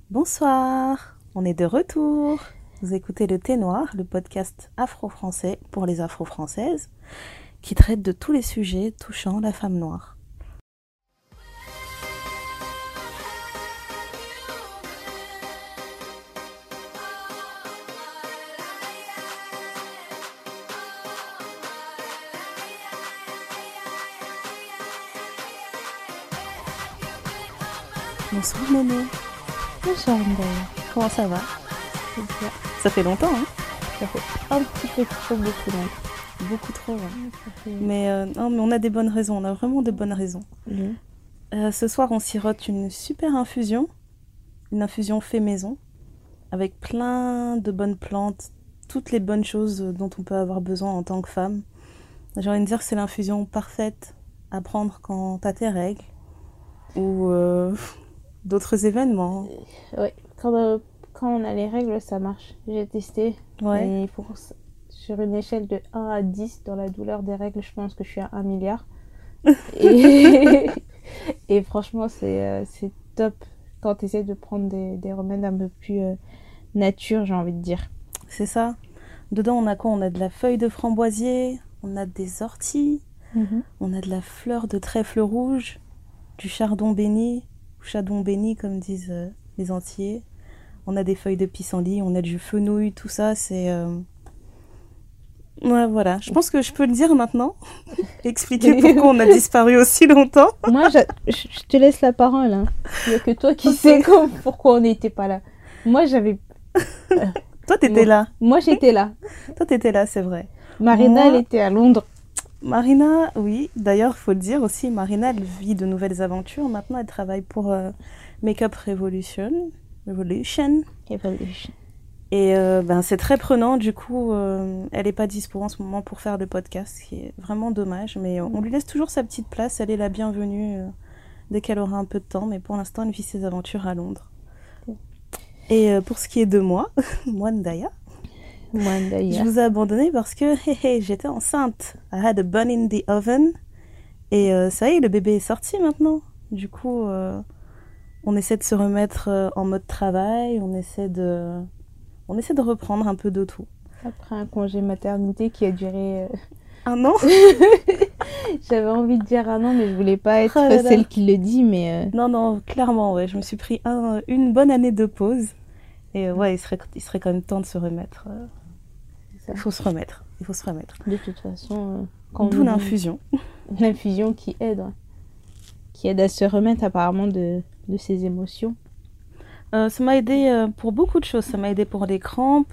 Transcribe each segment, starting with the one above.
Bonsoir, on est de retour. Vous écoutez le Thé Noir, le podcast afro-français pour les afro-françaises, qui traite de tous les sujets touchant la femme noire. Bonsoir Néné. Bonsoir Ndaya. Comment ça va? Bien. Ça fait longtemps, hein? Ça fait un petit peu trop beaucoup longtemps. Beaucoup trop, hein. Fait... Mais on a des bonnes raisons, on a vraiment de bonnes raisons. Oui. Ce soir, on sirote une super infusion, une infusion fait maison, avec plein de bonnes plantes, toutes les bonnes choses dont on peut avoir besoin en tant que femme. J'ai envie de dire que c'est l'infusion parfaite à prendre quand t'as tes règles ou d'autres événements. Ouais, quand on a les règles, ça marche. J'ai testé. Ouais. Et sur une échelle de 1 à 10, dans la douleur des règles, je pense que je suis à 1 milliard. Et franchement, c'est top quand tu essaies de prendre des remèdes un peu plus nature, j'ai envie de dire. C'est ça. Dedans, on a quoi? On a de la feuille de framboisier, on a des orties, on a de la fleur de trèfle rouge, du chardon béni, ou chardon béni comme disent les Antillais. On a des feuilles de pissenlit, on a du fenouil, tout ça, c'est... Ouais, voilà. Je pense que je peux le dire maintenant. Expliquer pourquoi on a disparu aussi longtemps. Moi, je te laisse la parole. Hein. Il n'y a que toi qui sais pourquoi on n'était pas là. Moi, j'avais... Toi, t'étais là. Moi, j'étais là. Toi, t'étais là, c'est vrai. Marina, elle était à Londres. Marina, oui. D'ailleurs, il faut le dire aussi, Marina, elle vit de nouvelles aventures. Maintenant, elle travaille pour Makeup Revolution. Et c'est très prenant. Du coup, elle n'est pas dispo en ce moment pour faire le podcast, ce qui est vraiment dommage. Mais on lui laisse toujours sa petite place. Elle est la bienvenue dès qu'elle aura un peu de temps. Mais pour l'instant, elle vit ses aventures à Londres. Et pour ce qui est de moi, moi Ndaya, je vous ai abandonné parce que j'étais enceinte. I had a bun in the oven. Et ça y est, le bébé est sorti maintenant. Du coup, on essaie de se remettre en mode travail. On essaie de reprendre un peu de tout. Après un congé maternité qui a duré... Un an. J'avais envie de dire un an, mais je voulais pas être celle qui le dit, mais... Non, clairement, ouais. Je me suis pris une bonne année de pause. Et ouais, il serait quand même temps de se remettre. Il faut se remettre. De toute façon... D'où l'infusion. L'infusion qui aide. Ouais. Qui aide à se remettre apparemment de ses émotions. Ça m'a aidé pour beaucoup de choses. Ça m'a aidé pour les crampes.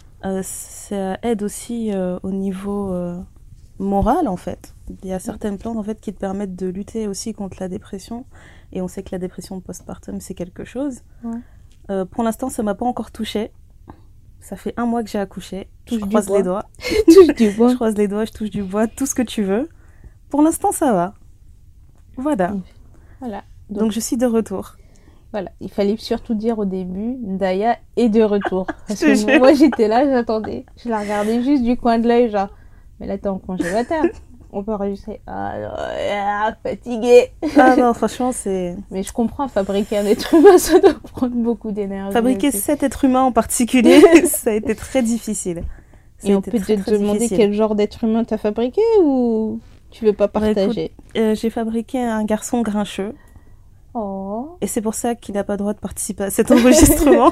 Ça aide aussi au niveau moral, en fait. Il y a certaines plantes en fait, qui te permettent de lutter aussi contre la dépression. Et on sait que la dépression postpartum, c'est quelque chose. Ouais. Pour l'instant, ça ne m'a pas encore touchée. Ça fait 1 mois que j'ai accouché. Je Touche croise les doigts. Touche du bois. Je croise les doigts, je touche du bois, tout ce que tu veux. Pour l'instant, ça va. Voilà. Donc je suis de retour. Voilà, il fallait surtout dire au début, Ndaya est de retour. Parce que moi, j'étais là, j'attendais. Je la regardais juste du coin de l'œil, genre, mais là, t'es en congé matin. On peut enregistrer. Ah non, fatiguée. Ah non, franchement, c'est... Mais je comprends, fabriquer un être humain, ça doit prendre beaucoup d'énergie. Fabriquer aussi. Cet être humain en particulier, ça a été très difficile. Et on peut te demander quel genre d'être humain t'as fabriqué ou tu veux pas partager? Écoute, j'ai fabriqué un garçon grincheux. Oh. Et c'est pour ça qu'il n'a pas le droit de participer à cet enregistrement.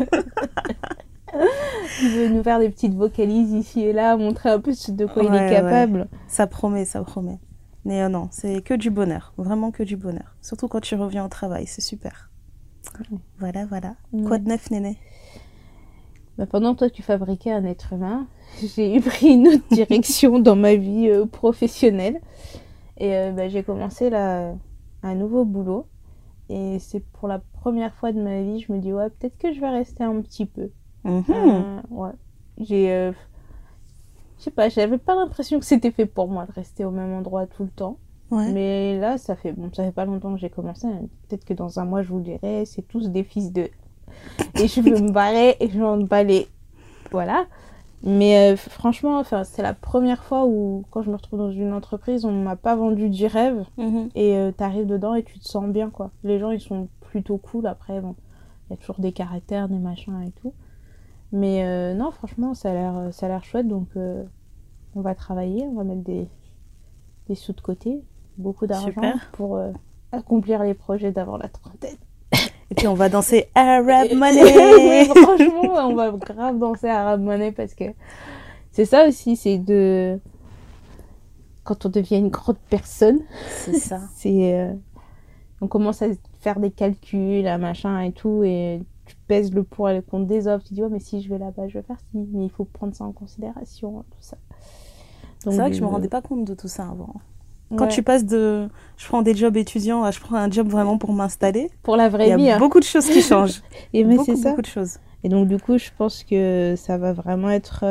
Il veut nous faire des petites vocalises ici et là, montrer un peu de quoi il est capable. Ouais. Ça promet. Mais non, c'est que du bonheur. Vraiment que du bonheur. Surtout quand tu reviens au travail, c'est super. Voilà. Quoi de neuf, Néné? Pendant que toi, tu fabriquais un être humain, j'ai pris une autre direction dans ma vie professionnelle. Et j'ai commencé un nouveau boulot. Et c'est pour la première fois de ma vie, je me dis, ouais, peut-être que je vais rester un petit peu. Ouais. Je sais pas, j'avais pas l'impression que c'était fait pour moi de rester au même endroit tout le temps. Ouais. Mais là, ça fait pas longtemps que j'ai commencé. Peut-être que dans 1 mois, je vous dirai, c'est tous des fils de... Et je veux me barrer et je vais en baller. Voilà. Mais franchement, c'est la première fois où, quand je me retrouve dans une entreprise, on m'a pas vendu du rêve. Et t'arrives dedans et tu te sens bien, quoi. Les gens, ils sont plutôt cool. Après, bon, Il y a toujours des caractères, des machins et tout. Mais non, franchement, ça a l'air chouette. Donc, on va travailler, on va mettre des sous de côté, beaucoup d'argent Super. pour accomplir les projets d'avant la trentaine. Et puis on va danser Arab Oui, Money. franchement, on va grave danser Arab Money parce que c'est ça aussi, c'est de... Quand on devient une grande personne, C'est ça. on commence à faire des calculs, un machin et tout, et tu pèses le pour et le contre des offres. Tu dis, ouais, mais si je vais là-bas, je vais faire ci, mais il faut prendre ça en considération, tout ça. Donc, C'est vrai que je me rendais pas compte de tout ça avant. Quand ouais, tu passes de je prends des jobs étudiants à je prends un job vraiment pour m'installer, pour la il vraie y vie. a beaucoup de choses qui changent. Et mais Beaucoup, c'est ça. beaucoup de choses. Et donc, du coup, je pense que ça va vraiment être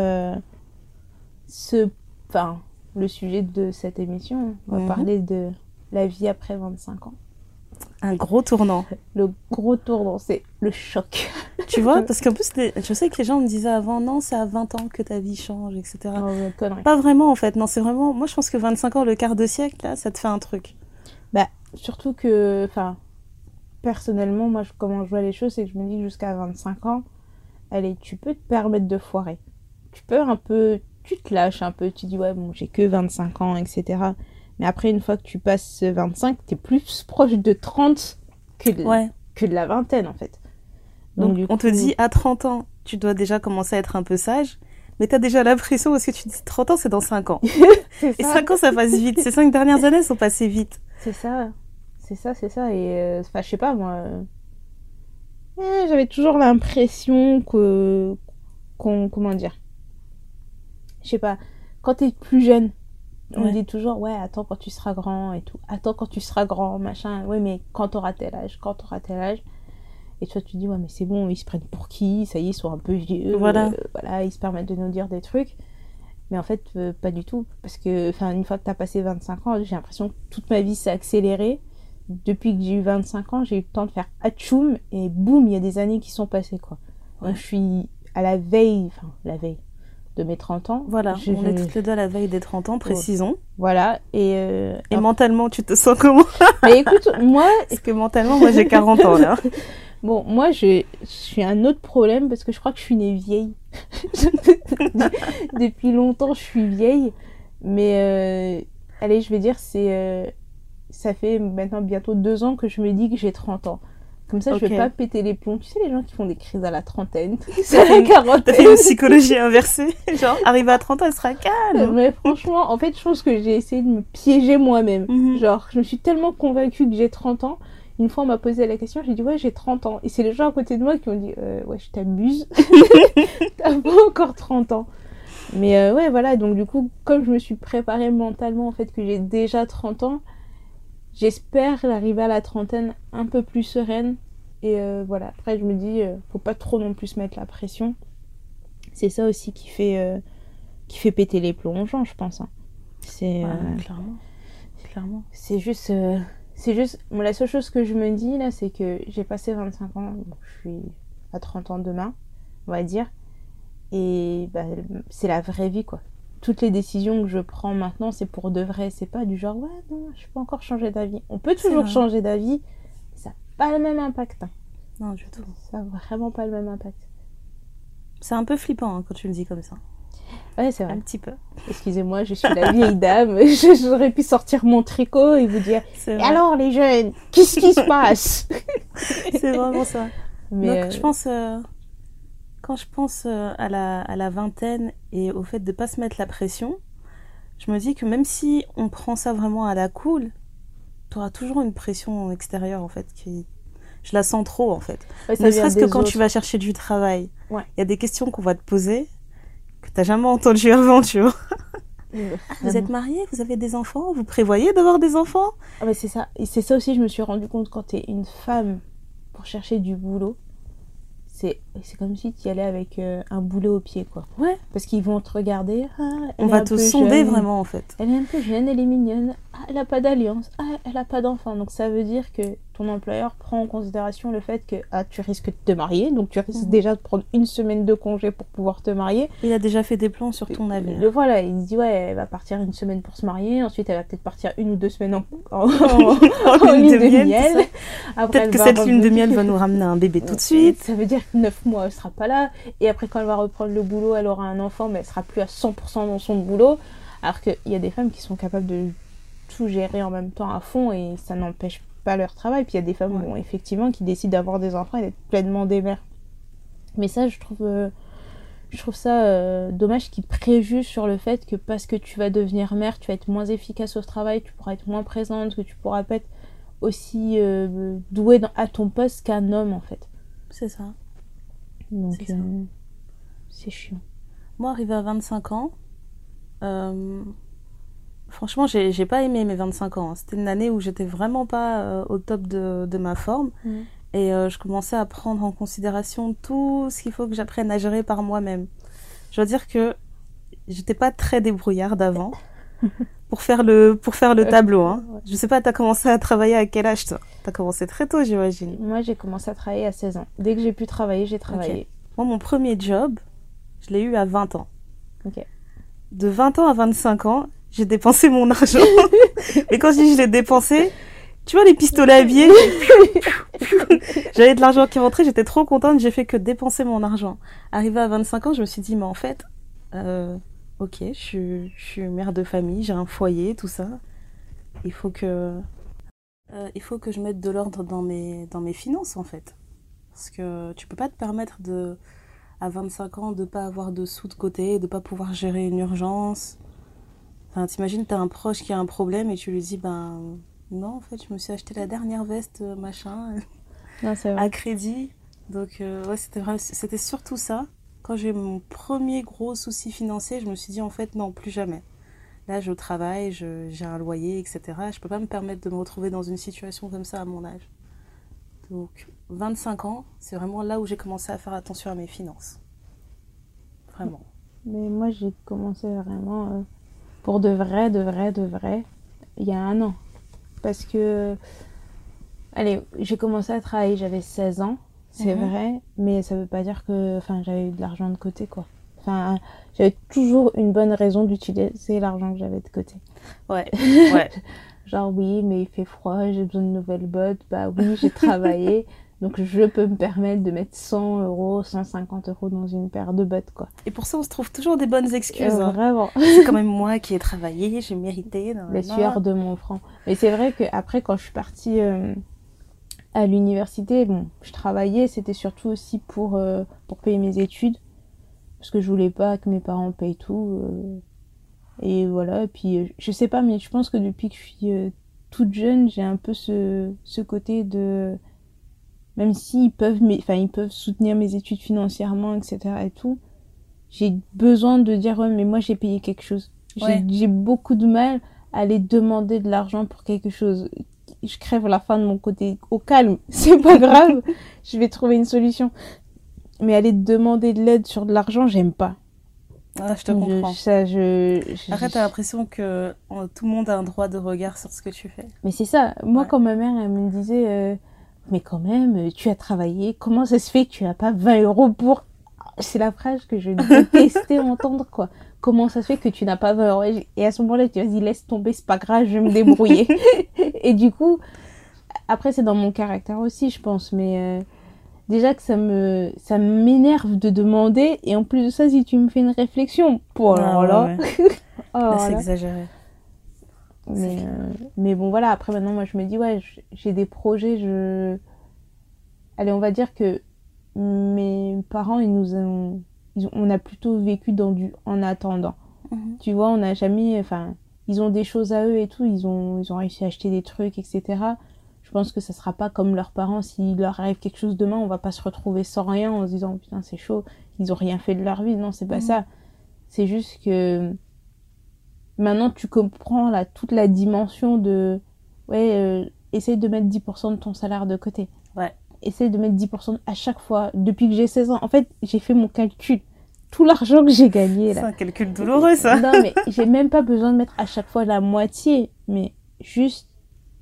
le sujet de cette émission. On va parler de la vie après 25 ans. Un gros tournant. Le gros tournant, c'est le choc. Tu vois, parce qu'en plus, je sais que les gens me disaient avant, non, c'est à 20 ans que ta vie change, etc. Oh, connerie. Pas vraiment, en fait. Non, c'est vraiment... Moi, je pense que 25 ans, le quart de siècle, là, ça te fait un truc. Bah, surtout que, personnellement, moi, comment je vois les choses, c'est que je me dis que jusqu'à 25 ans, allez, tu peux te permettre de foirer. Tu peux un peu... Tu te lâches un peu, tu dis, ouais, bon, j'ai que 25 ans, etc. Mais après, une fois que tu passes 25, t'es plus proche de 30 que de la vingtaine, en fait. Donc on te dit, à 30 ans, tu dois déjà commencer à être un peu sage, mais t'as déjà l'impression, parce que tu dis 30 ans, c'est dans 5 ans. Et 5 ans, ça passe vite. Ces 5 dernières années sont passées vite. C'est ça. Et, je sais pas, moi... j'avais toujours l'impression comment dire, je sais pas, quand t'es plus jeune, on dit toujours, ouais, attends quand tu seras grand et tout. Attends quand tu seras grand, machin. Ouais, mais quand t'auras tel âge. Et toi, tu dis, ouais, mais c'est bon, ils se prennent pour qui? Ça y est, ils sont un peu vieux. Voilà. Ils se permettent de nous dire des trucs. Mais en fait, pas du tout. Parce que, une fois que t'as passé 25 ans, j'ai l'impression que toute ma vie s'est accélérée. Depuis que j'ai eu 25 ans, j'ai eu le temps de faire atchoum. Et boum, il y a des années qui sont passées, quoi. Ouais. Donc, je suis à la veille de mes 30 ans. Voilà, on est toutes les deux à la veille des 30 ans, précisons. Voilà, et mentalement, tu te sens comment? Mais écoute, moi... Parce que mentalement, moi, j'ai 40 ans, là. Bon, moi, je suis un autre problème parce que je crois que je suis née vieille. Depuis longtemps, je suis vieille. Mais, allez, je vais dire, ça fait maintenant bientôt 2 ans que je me dis que j'ai 30 ans. Comme ça, je vais pas péter les plombs. Tu sais, les gens qui font des crises à la trentaine, à la quarantaine. T'as fait une psychologie inversée. Genre, arrivé à 30 ans, elle sera calme. Mais franchement, en fait, je pense que j'ai essayé de me piéger moi-même. Genre, je me suis tellement convaincue que j'ai 30 ans. Une fois, on m'a posé la question, j'ai dit, ouais, j'ai 30 ans. Et c'est les gens à côté de moi qui ont dit, ouais, je t'abuse. T'as pas encore 30 ans. Mais ouais, voilà. Donc, du coup, comme je me suis préparée mentalement, en fait, que j'ai déjà 30 ans, j'espère arriver à la trentaine un peu plus sereine. Et voilà. Après, je me dis, faut pas trop non plus mettre la pression. C'est ça aussi qui fait péter les plombs aux gens, je pense. Hein. Clairement. C'est juste... la seule chose que je me dis, là, c'est que j'ai passé 25 ans. Bon, je suis à 30 ans demain, on va dire. Et c'est la vraie vie, quoi. Toutes les décisions que je prends maintenant, c'est pour de vrai. C'est pas du genre, ouais, non, je peux encore changer d'avis. On peut toujours changer d'avis, mais ça n'a pas le même impact. Hein. Non, du tout. Ça n'a vraiment pas le même impact. C'est un peu flippant quand tu le dis comme ça. Ouais, c'est vrai. Un petit peu. Excusez-moi, je suis la vieille dame. J'aurais pu sortir mon tricot et vous dire, et alors les jeunes, qu'est-ce qui se passe? C'est vraiment ça. Mais donc, je pense... Quand je pense à la vingtaine et au fait de ne pas se mettre la pression, je me dis que même si on prend ça vraiment à la cool, tu auras toujours une pression extérieure, en fait, je la sens trop, en fait. Ouais, ne serait-ce que quand tu vas chercher du travail, il y a des questions qu'on va te poser que tu n'as jamais entendues avant, tu vois. Vous êtes mariés, vous avez des enfants, vous prévoyez d'avoir des enfants? Ah bah c'est ça. Et c'est ça aussi, je me suis rendu compte quand tu es une femme pour chercher du boulot. C'est comme si tu y allais avec un boulet au pied, quoi. Ouais. Parce qu'ils vont te regarder. On va te sonder vraiment, en fait. Elle est un peu jeune, elle est mignonne. Ah, elle a pas d'alliance. Ah, elle a pas d'enfant. Donc ça veut dire que ton employeur prend en considération le fait que tu risques de te marier, donc tu risques déjà de prendre une semaine de congé pour pouvoir te marier. Il a déjà fait des plans sur ton avenir. Voilà, il dit ouais, elle va partir une semaine pour se marier, ensuite elle va peut-être partir 1 ou 2 semaines en lune de miel. Peut-être que cette lune de miel va nous ramener un bébé tout de suite. Ça veut dire que 9 mois elle sera pas là, et après quand elle va reprendre le boulot, elle aura un enfant, mais elle sera plus à 100% dans son boulot. Alors qu'il y a des femmes qui sont capables de tout gérer en même temps à fond et ça n'empêche pas leur travail. Puis il y a des femmes bon, effectivement qui décident d'avoir des enfants et d'être pleinement des mères. Mais ça, je trouve ça dommage qu'ils préjugent sur le fait que parce que tu vas devenir mère, tu vas être moins efficace au travail, tu pourras être moins présente, que tu pourras pas être aussi douée à ton poste qu'un homme en fait. C'est ça. Donc c'est chiant. Moi, arrivée à 25 ans, franchement, j'ai pas aimé mes 25 ans. C'était une année où j'étais vraiment pas au top de ma forme. Et je commençais à prendre en considération tout ce qu'il faut que j'apprenne à gérer par moi-même. Je dois dire que j'étais pas très débrouillarde avant pour faire le tableau. Hein. Je sais pas, t'as commencé à travailler à quel âge, toi? T'as commencé très tôt, j'imagine. Moi, j'ai commencé à travailler à 16 ans. Dès que j'ai pu travailler, j'ai travaillé. Okay. Moi, mon premier job, je l'ai eu à 20 ans. Ok. De 20 ans à 25 ans, j'ai dépensé mon argent. Mais quand je dis je l'ai dépensé, tu vois les pistolets à billets, j'avais de l'argent qui rentrait, j'étais trop contente, j'ai fait que dépenser mon argent. Arrivé à 25 ans, je me suis dit, mais en fait, ok, je suis mère de famille, j'ai un foyer, tout ça. Il faut que je mette de l'ordre dans mes finances, en fait. Parce que tu peux pas te permettre à 25 ans de pas avoir de sous de côté, de pas pouvoir gérer une urgence. Enfin, t'imagines, t'as un proche qui a un problème et tu lui dis, ben non, en fait, je me suis acheté la dernière veste, machin, non, c'est vrai. à crédit. Donc, ouais, c'était surtout ça. Quand j'ai eu mon premier gros souci financier, je me suis dit, en fait, non, plus jamais. Là, je travaille, j'ai un loyer, etc. Je peux pas me permettre de me retrouver dans une situation comme ça à mon âge. Donc, 25 ans, c'est vraiment là où j'ai commencé à faire attention à mes finances. Vraiment. Mais moi, j'ai commencé vraiment pour de vrai, il y a 1 an. Parce que, allez, j'ai commencé à travailler, j'avais 16 ans, c'est vrai, mais ça veut pas dire que j'avais eu de l'argent de côté, quoi. J'avais toujours une bonne raison d'utiliser l'argent que j'avais de côté. Ouais. Genre, oui, mais il fait froid, j'ai besoin de nouvelles bottes. Bah oui, j'ai travaillé, donc je peux me permettre de mettre 100 €, 150 € dans une paire de bottes, quoi. Et pour ça, on se trouve toujours des bonnes excuses. Vraiment. C'est quand même moi qui ai travaillé, j'ai mérité. Les sueurs de mon front. Mais c'est vrai qu'après, quand je suis partie à l'université, bon, je travaillais, c'était surtout aussi pour payer mes études. Parce que je voulais pas que mes parents payent tout. Et voilà, et puis je sais pas, mais je pense que depuis que je suis toute jeune, j'ai un peu ce côté de... Même s'ils peuvent, ils peuvent soutenir mes études financièrement, etc. et tout, j'ai besoin de dire, ouais, mais moi j'ai payé quelque chose. Ouais. J'ai beaucoup de mal à aller demander de l'argent pour quelque chose. Je crève à la fin de mon côté. Au calme, c'est pas grave, je vais trouver une solution. Mais aller demander de l'aide sur de l'argent, j'aime pas. Ah, je te comprends. Après, t'as l'impression que tout le monde a un droit de regard sur ce que tu fais. Mais c'est ça. Moi, quand ma mère, elle me disait mais quand même, tu as travaillé, comment ça se fait que tu n'as pas 20 € pour... C'est la phrase que je détestais entendre, quoi. Comment ça se fait que tu n'as pas 20 €? Et à ce moment-là, tu vas dire, laisse tomber, c'est pas grave, je vais me débrouiller. Et du coup, après, c'est dans mon caractère aussi, je pense, mais... Déjà que ça m'énerve de demander, et en plus de ça, si tu me fais une réflexion, là, c'est exagéré. Mais bon, voilà, après maintenant, moi je me dis, ouais, j'ai des projets, Allez, on va dire que mes parents, on a plutôt vécu en attendant. Tu vois, on n'a jamais, ils ont des choses à eux et tout, ils ont réussi à acheter des trucs, etc. Je pense que ça sera pas comme leurs parents, s'il leur arrive quelque chose demain, on va pas se retrouver sans rien en se disant putain c'est chaud, ils ont rien fait de leur vie. Non, c'est pas ça. C'est juste que maintenant tu comprends toute la dimension de essaye de mettre 10% de ton salaire de côté. Ouais. Essaye de mettre 10% à chaque fois depuis que j'ai 16 ans. En fait, j'ai fait mon calcul. Tout l'argent que j'ai gagné là. C'est un calcul douloureux ça. Non mais j'ai même pas besoin de mettre à chaque fois la moitié, mais juste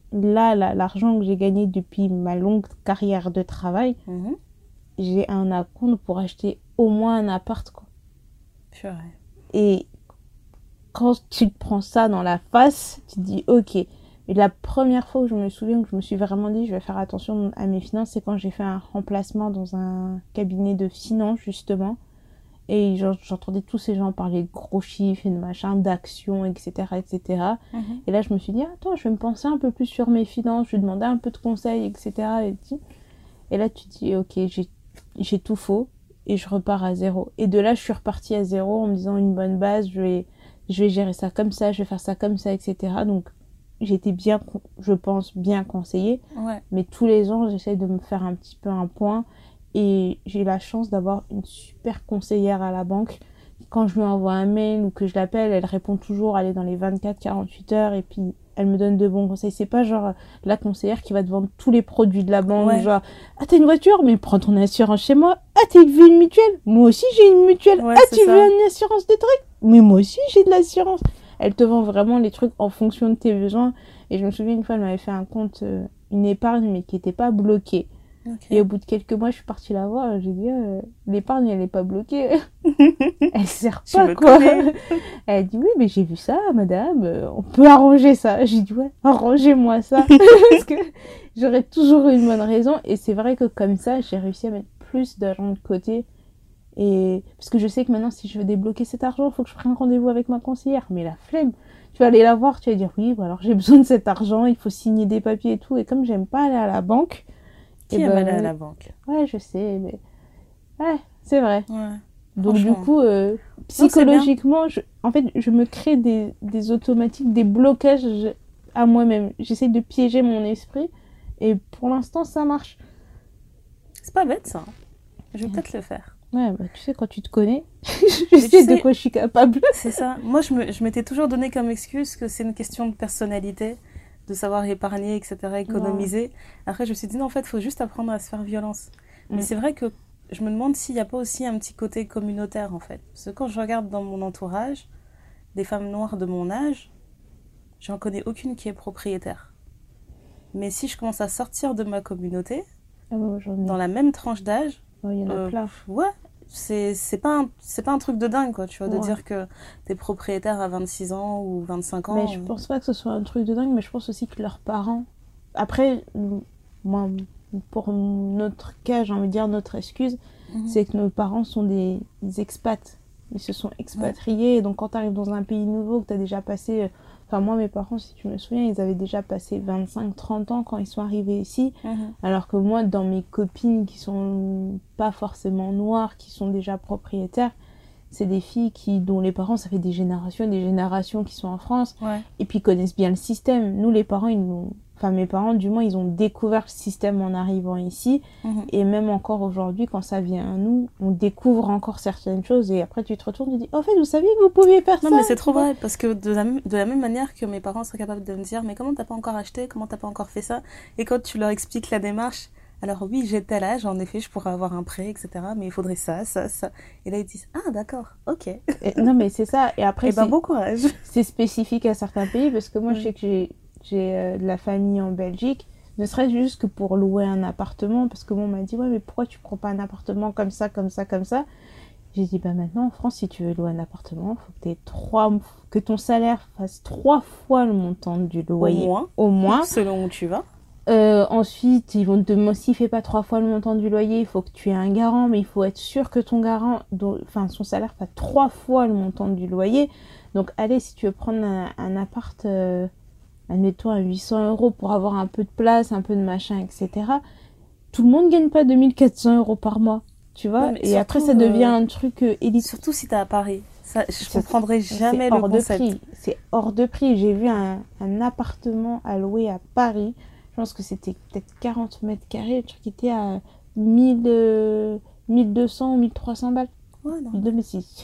là, l'argent que j'ai gagné depuis ma longue carrière de travail, j'ai un acompte pour acheter au moins un appart, quoi. Purée. Et quand tu te prends ça dans la face, tu te dis ok. Et la première fois où je me souviens que je me suis vraiment dit je vais faire attention à mes finances, c'est quand j'ai fait un remplacement dans un cabinet de finance justement. Et j'entendais tous ces gens parler de gros chiffres et de machin, d'actions, etc., etc. Et là, je me suis dit, attends, je vais me penser un peu plus sur mes finances, je vais demander un peu de conseils, etc. Et là, tu te dis, ok, j'ai tout faux et je repars à zéro. Et de là, je suis repartie à zéro en me disant une bonne base, je vais gérer ça comme ça, je vais faire ça comme ça, etc. Donc, j'étais bien, je pense, bien conseillée. Ouais. Mais tous les ans, j'essaie de me faire un petit peu un point. Et j'ai la chance d'avoir une super conseillère à la banque. Quand je lui envoie un mail ou que je l'appelle, elle répond toujours, elle est dans les 24-48 heures et puis elle me donne de bons conseils. C'est pas genre la conseillère qui va te vendre tous les produits de la banque, genre t'as une voiture, mais prends ton assurance chez moi. Tu veux une mutuelle? Moi aussi j'ai une mutuelle. Tu veux une assurance de trucs? Mais moi aussi j'ai de l'assurance. Elle te vend vraiment les trucs en fonction de tes besoins. Et je me souviens une fois, elle m'avait fait un compte, une épargne, mais qui était pas bloquée. Et au bout de quelques mois, je suis partie la voir. J'ai dit, l'épargne, elle est pas bloquée. Elle sert pas, quoi. Elle dit, oui, mais j'ai vu ça, madame. On peut arranger ça. J'ai dit, ouais, arrangez-moi ça. Parce que j'aurais toujours eu une bonne raison. Et c'est vrai que comme ça, j'ai réussi à mettre plus d'argent de côté. Et parce que je sais que maintenant, si je veux débloquer cet argent, il faut que je prenne rendez-vous avec ma conseillère. Mais la flemme. Tu vas aller la voir, tu vas dire, oui, alors j'ai besoin de cet argent. Il faut signer des papiers et tout. Et comme j'aime pas aller à la banque, qui aime aller à la banque? Ouais, je sais, mais... Ouais, c'est vrai. Ouais, donc du coup, psychologiquement, en fait, je me crée des automatiques, des blocages à moi-même. J'essaie de piéger mon esprit et pour l'instant, ça marche. C'est pas bête, ça. Je vais peut-être le faire. Ouais, bah tu sais, quand tu te connais, je sais de quoi je suis capable. C'est ça. Moi, je m'étais toujours donné comme excuse que c'est une question de personnalité, de savoir épargner, etc., économiser. Ouais. Après, je me suis dit, non, en fait, il faut juste apprendre à se faire violence. Mais c'est vrai que je me demande s'il n'y a pas aussi un petit côté communautaire, en fait. Parce que quand je regarde dans mon entourage, des femmes noires de mon âge, j'en connais aucune qui est propriétaire. Mais si je commence à sortir de ma communauté, dans la même tranche d'âge, il y en a plein. Ouais, c'est pas un truc de dingue, quoi, tu vois, de dire que t'es propriétaire à 26 ans ou 25 ans. Mais je pense pas que ce soit un truc de dingue, mais je pense aussi que leurs parents... Après, moi, pour notre cas, j'ai envie de dire notre excuse, c'est que nos parents sont des expats. Ils se sont expatriés, et donc quand t'arrives dans un pays nouveau, que t'as déjà passé... Enfin, moi, mes parents, si tu me souviens, ils avaient déjà passé 25-30 ans quand ils sont arrivés ici. Alors que moi, dans mes copines qui sont pas forcément noires, qui sont déjà propriétaires, c'est des filles dont les parents, ça fait des générations qui sont en France. Et puis connaissent bien le système. Nous, les parents, mes parents, du moins, ils ont découvert le système en arrivant ici. Et même encore aujourd'hui, quand ça vient à nous, on découvre encore certaines choses. Et après, tu te retournes et tu dis, en fait, vous saviez que vous pouviez faire ça? Non, mais c'est trop vrai, parce que de la même manière que mes parents seraient capables de me dire, mais comment t'as pas encore acheté? Comment t'as pas encore fait ça? Et quand tu leur expliques la démarche, alors oui, j'ai tel âge, en effet, je pourrais avoir un prêt, etc. Mais il faudrait ça. Et là, ils disent, ah, d'accord, ok. Non, mais c'est ça. Et après, bon courage. C'est spécifique à certains pays, parce que moi, je sais que j'ai de la famille en Belgique, ne serait-ce juste que pour louer un appartement, parce que on m'a dit, ouais, mais pourquoi tu prends pas un appartement comme ça, comme ça, comme ça? J'ai dit, bah maintenant, en France, si tu veux louer un appartement, il faut que ton salaire fasse 3 fois le montant du loyer. Au moins. Selon où tu vas. Ensuite, ils vont te demander, s'il fait pas 3 fois le montant du loyer, il faut que tu aies un garant, mais il faut être sûr que ton garant, son salaire fasse 3 fois le montant du loyer. Donc, allez, si tu veux prendre un appart, admettons à 800 € pour avoir un peu de place, un peu de machin, etc. Tout le monde gagne pas 2400 € par mois, tu vois. Et surtout, après, ça devient un truc élite. Surtout si t'es à Paris. Ça, je comprendrai jamais le concept. C'est hors de prix. J'ai vu un appartement à louer à Paris. Je pense que c'était peut-être 40 mètres carrés. Le truc était à 1200 ou 1300 balles. Ouais, non. Mais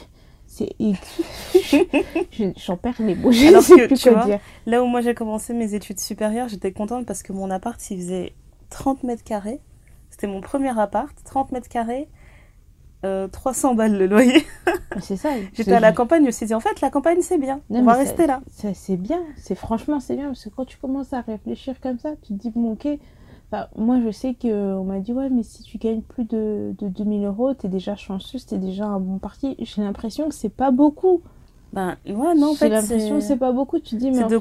j'en perds les mots. Alors que, tu vois, là où moi j'ai commencé mes études supérieures, j'étais contente parce que mon appart, il faisait 30 mètres carrés. C'était mon premier appart, 30 mètres carrés. 300 balles le loyer. C'est ça. J'étais à la campagne, je me suis dit, en fait, la campagne, c'est bien. Non, on va rester là. C'est bien. Franchement, c'est bien. Parce que quand tu commences à réfléchir comme ça, tu te dis, bon, ok. Enfin, moi, je sais qu'on m'a dit, ouais, mais si tu gagnes plus de 2000 euros, t'es déjà chanceuse, t'es déjà un bon parti. J'ai l'impression que c'est pas beaucoup. Ben, ouais, non, en fait, j'ai l'impression que c'est pas beaucoup. Tu te dis, mais. C'est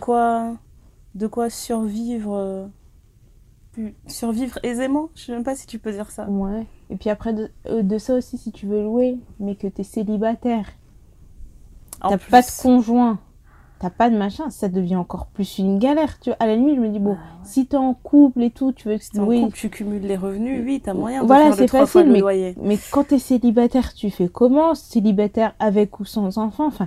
de quoi survivre. Survivre aisément, je sais même pas si tu peux dire ça. Ouais. Et puis après, de ça aussi, si tu veux louer, mais que t'es célibataire, t'as pas de conjoint, t'as pas de machin, ça devient encore plus une galère. Tu vois, à la nuit, je me dis, bon, si t'es en couple et tout, tu veux que si t'es en couple, tu cumules les revenus, oui, t'as moyen de voilà, faire 3 fois le loyer. Mais quand t'es célibataire, tu fais comment? Célibataire avec ou sans enfant, enfin.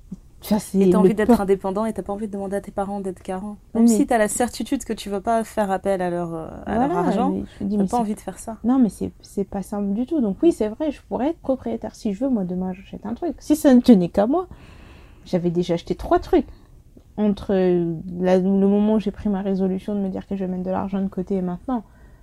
Et t'as envie d'être indépendant et t'as pas envie de demander à tes parents d'être garant. Même si t'as la certitude que tu vas pas faire appel à leur argent, t'as pas envie de faire ça. Non, mais c'est pas simple du tout. Donc oui, c'est vrai, je pourrais être propriétaire si je veux. Moi, demain, j'achète un truc. Si ça ne tenait qu'à moi, j'avais déjà acheté 3 trucs. Entre le moment où j'ai pris ma résolution de me dire que je vais mettre de l'argent de côté et maintenant.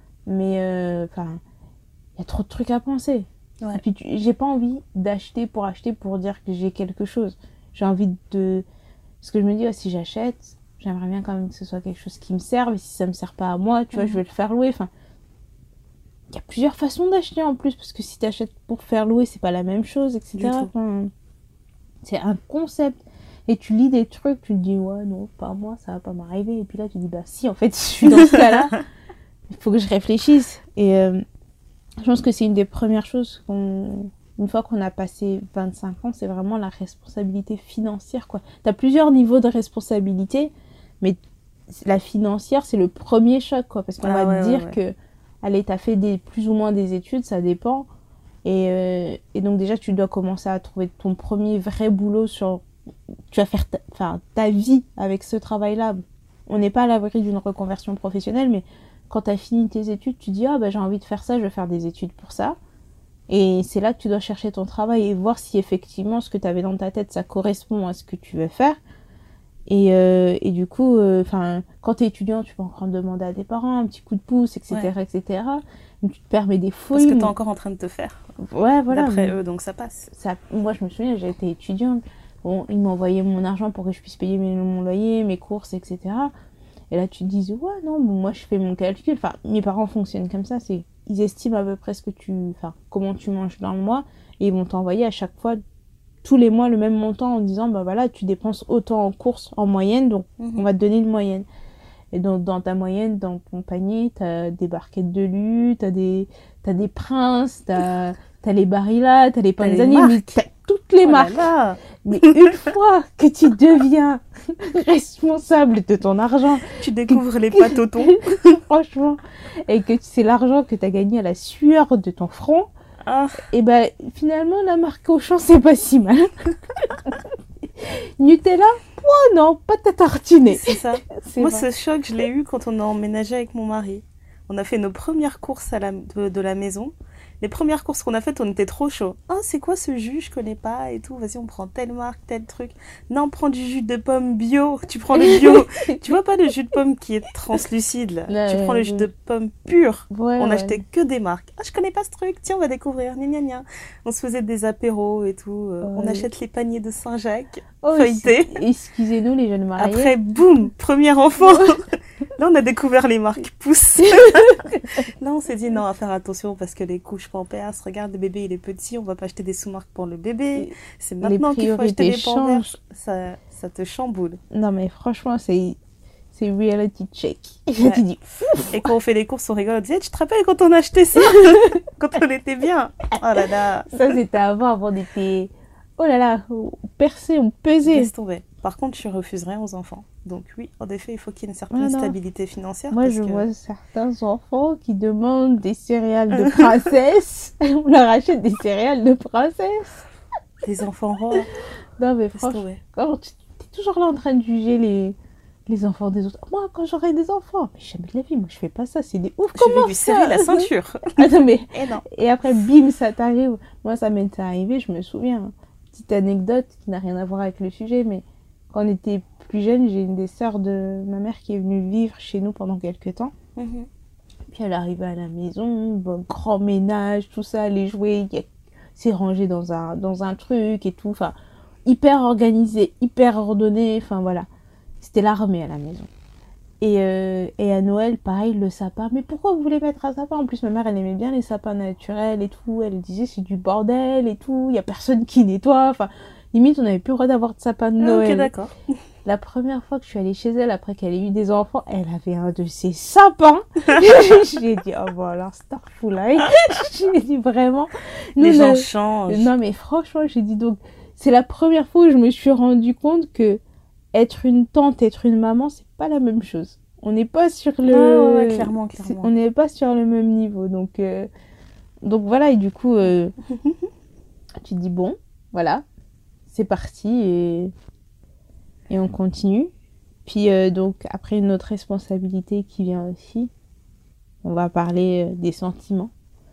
Mais, enfin, il y a trop de trucs à penser. Ouais. Et puis, j'ai pas envie d'acheter pour dire que j'ai quelque chose. J'ai envie de... Parce que je me dis, si j'achète, j'aimerais bien quand même que ce soit quelque chose qui me serve. Et si ça me sert pas à moi, tu vois, je vais le faire louer. Enfin, il y a plusieurs façons d'acheter en plus. Parce que si t'achètes pour faire louer, c'est pas la même chose, etc. Enfin, c'est un concept. Et tu lis des trucs, tu te dis, ouais, non, pas moi, ça va pas m'arriver. Et puis là, tu dis, bah si, en fait, je suis dans ce cas-là. Il faut que je réfléchisse. Et je pense que c'est une des premières choses une fois qu'on a passé 25 ans, c'est vraiment la responsabilité financière, quoi. T'as plusieurs niveaux de responsabilité, mais la financière, c'est le premier choc, quoi. Parce qu'on va te dire que, allez, t'as fait plus ou moins des études, ça dépend. Et donc, déjà, tu dois commencer à trouver ton premier vrai boulot tu vas faire ta vie avec ce travail-là. On n'est pas à l'abri d'une reconversion professionnelle, mais quand t'as fini tes études, tu dis, j'ai envie de faire ça, je vais faire des études pour ça. Et c'est là que tu dois chercher ton travail et voir si effectivement ce que tu avais dans ta tête, ça correspond à ce que tu veux faire. Et du coup, quand tu es étudiant, tu peux encore demander à tes parents un petit coup de pouce, etc. etc. Donc, tu te permets des folies. Parce que tu es encore en train de te faire. Ouais, voilà. D'après eux, donc ça passe. Moi, je me souviens, j'ai été étudiante. Bon, ils m'envoyaient mon argent pour que je puisse payer mon loyer, mes courses, etc. Et là, tu te dis, ouais, non, bon, moi, je fais mon calcul. Enfin, mes parents fonctionnent comme ça, ils estiment à peu près comment tu manges dans le mois et ils vont t'envoyer à chaque fois, tous les mois, le même montant en disant, bah voilà, tu dépenses autant en courses en moyenne, donc on va te donner une moyenne. Et donc, dans ta moyenne, dans ton panier, t'as des barquettes de lu, t'as des Prince, t'as les Barilla, t'as les Panzani, t'as toutes les marques. Là. Mais une fois que tu deviens responsable de ton argent, tu découvres les pâtes au thon, franchement, et que c'est l'argent que tu as gagné à la sueur de ton front, et ben finalement la marque Auchan c'est pas si mal. Nutella, non, pas ta tartinée. C'est ça. Moi ce choc je l'ai eu quand on a emménagé avec mon mari. On a fait nos premières courses de la maison. Les premières courses qu'on a faites, on était trop chaud. C'est quoi ce jus? Je connais pas et tout. Vas-y, on prend telle marque, tel truc. Non, prends du jus de pomme bio. Tu prends le bio. Tu vois pas le jus de pomme qui est translucide, là. Tu prends le jus de pomme pur. On achetait que des marques. Je connais pas ce truc. Tiens, on va découvrir. Gna, gna, gna. On se faisait des apéros et tout. On achète les paniers de Saint-Jacques feuilletés. Excusez-nous, les jeunes mariés. Après, boum, premier enfant. Là, on a découvert les marques Pousse. Là, on s'est dit, non, à faire attention parce que les couches Pampers, regarde, le bébé, il est petit, on va pas acheter des sous-marques pour le bébé. C'est maintenant qu'il faut acheter des Pampers. Ça te chamboule. Non, mais franchement, c'est reality check. Ouais. Tu dis, et quand on fait les courses, on rigole, on dit, tu te rappelles quand on a acheté ça? Quand on était bien. Oh là là. Ça, c'était avant on était, oh là là, percé, on pesait. Laisse tomber. Par contre, je refuserais aux enfants. Donc oui, en effet, il faut qu'il y ait une certaine stabilité financière. Moi, je vois certains enfants qui demandent des céréales de princesse. On leur achète des céréales de princesse. Des enfants rois. Non, mais franchement, tu es toujours là en train de juger les enfants des autres. Moi, quand j'aurai des enfants, mais jamais de la vie, moi, je fais pas ça. C'est des ouf. Je vais lui serrer la ceinture. Non, mais... Et après, bim, ça t'arrive. Moi, ça m'est arrivé, je me souviens. Petite anecdote qui n'a rien à voir avec le sujet, mais quand on était plus jeune, j'ai une des sœurs de ma mère qui est venue vivre chez nous pendant quelques temps. Puis elle arrivait à la maison, grand ménage, tout ça, les jouets, il c'est rangé dans un truc et tout. Enfin, hyper organisé, hyper ordonné. Enfin, voilà. C'était l'armée à la maison. Et à Noël, pareil, le sapin. Mais pourquoi vous voulez mettre un sapin? En plus, ma mère, elle aimait bien les sapins naturels et tout. Elle disait, c'est du bordel et tout. Il y a personne qui nettoie. Enfin, limite, on n'avait plus le droit d'avoir de sapin de Noël. Ok, d'accord. La première fois que je suis allée chez elle, après qu'elle ait eu des enfants, elle avait un de ces sapins. J'ai dit, oh bon, alors, Starfulay. J'ai dit vraiment. Les gens changent. Non, mais franchement, j'ai dit donc, c'est la première fois où je me suis rendu compte que être une tante, être une maman, c'est pas la même chose. On n'est pas sur le. Ouais, clairement. On n'est pas sur le même niveau. Donc voilà, et du coup, tu te dis, bon, voilà, c'est parti et on continue. Puis donc, après, une autre responsabilité qui vient aussi, on va parler des sentiments.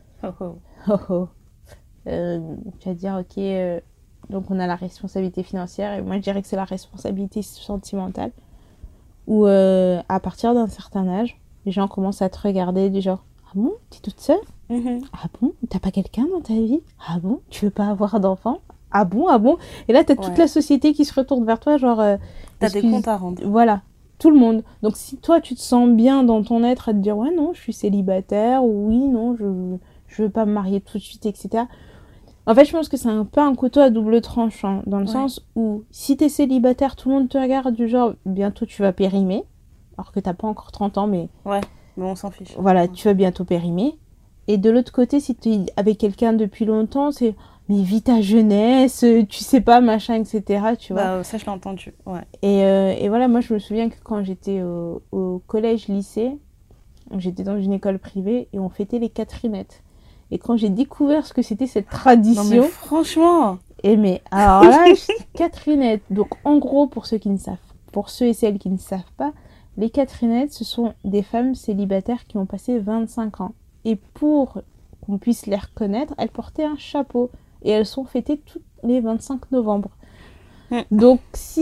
Tu vas dire, ok, donc on a la responsabilité financière, et moi je dirais que c'est la responsabilité sentimentale, où à partir d'un certain âge, les gens commencent à te regarder du genre, ah bon, t'es toute seule? Ah bon, t'as pas quelqu'un dans ta vie? Ah bon, tu veux pas avoir d'enfant? Ah bon, ah bon. Et là, t'as toute la société qui se retourne vers toi, genre... t'as des comptes à rendre. Voilà, tout le monde. Donc si toi, tu te sens bien dans ton être à te dire, ouais, non, je suis célibataire, ou oui, non, je veux pas me marier tout de suite, etc. En fait, je pense que c'est un peu un couteau à double tranchant, dans le sens où si t'es célibataire, tout le monde te regarde du genre, bientôt tu vas périmer, alors que t'as pas encore 30 ans, mais... Ouais, mais on s'en fiche. Voilà, tu vas bientôt périmer. Et de l'autre côté, si tu es avec quelqu'un depuis longtemps, c'est... Mais vis ta jeunesse, tu sais pas, machin, etc. Tu vois. Ça, je l'ai entendu, ouais. Et voilà, moi, je me souviens que quand j'étais au collège-lycée, j'étais dans une école privée et on fêtait les Catherinettes. Et quand j'ai découvert ce que c'était cette tradition... Non mais franchement... mais alors là, Catherinettes, donc en gros, pour ceux et celles qui ne savent pas, les Catherinettes, ce sont des femmes célibataires qui ont passé 25 ans. Et pour qu'on puisse les reconnaître, elles portaient un chapeau. Et elles sont fêtées tous les 25 novembre. Donc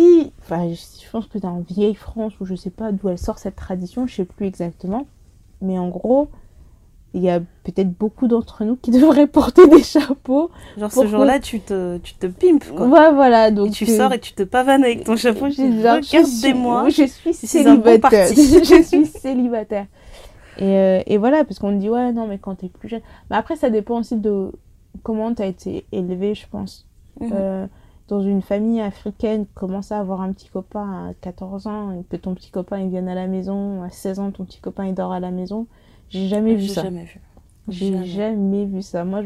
je pense que dans la vieille France, ou je sais pas d'où elle sort cette tradition, je sais plus exactement. Mais en gros, il y a peut-être beaucoup d'entre nous qui devraient porter des chapeaux. Genre ce jour-là, tu te pimpes, quoi. Ouais, voilà. Donc, et tu sors et tu te pavanes avec ton chapeau. Regardez-moi. Je suis célibataire. Je suis célibataire. Et voilà, parce qu'on te dit, ouais, non, mais quand t'es plus jeune. Mais après, ça dépend aussi de comment t'as été élevé, je pense. Dans une famille africaine, commencer à avoir un petit copain à 14 ans, et que ton petit copain il vienne à la maison, à 16 ans, ton petit copain il dort à la maison. J'ai jamais vu ça. J'ai jamais vu ça. Moi,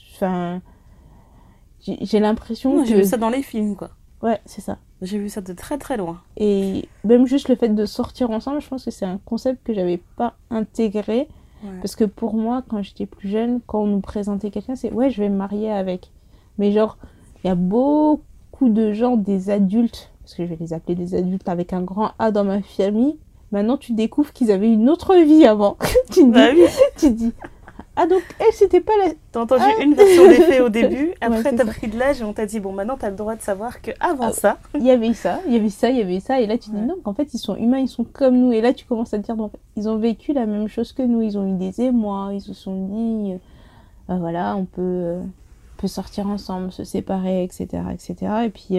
j'ai l'impression que... J'ai vu ça dans les films, quoi. Ouais, c'est ça. J'ai vu ça de très très loin. Et même juste le fait de sortir ensemble, je pense que c'est un concept que j'avais pas intégré. Ouais. Parce que pour moi, quand j'étais plus jeune, quand on nous présentait quelqu'un, c'est ouais, je vais me marier avec. Mais genre, il y a beaucoup de gens, des adultes, parce que je vais les appeler des adultes avec un grand A dans ma famille. Maintenant, tu découvres qu'ils avaient une autre vie avant. Tu te dis, ah donc, elle, c'était pas la... T'as entendu une version des faits au début, après t'as pris de l'âge et on t'a dit, bon, maintenant t'as le droit de savoir qu'avant ça... Il y avait ça, et là tu te dis, non, qu'en fait, ils sont humains, ils sont comme nous. Et là, tu commences à te dire, bon, ils ont vécu la même chose que nous, ils ont eu des émois, ils se sont dit, voilà, on peut sortir ensemble, se séparer, etc., etc. Et puis,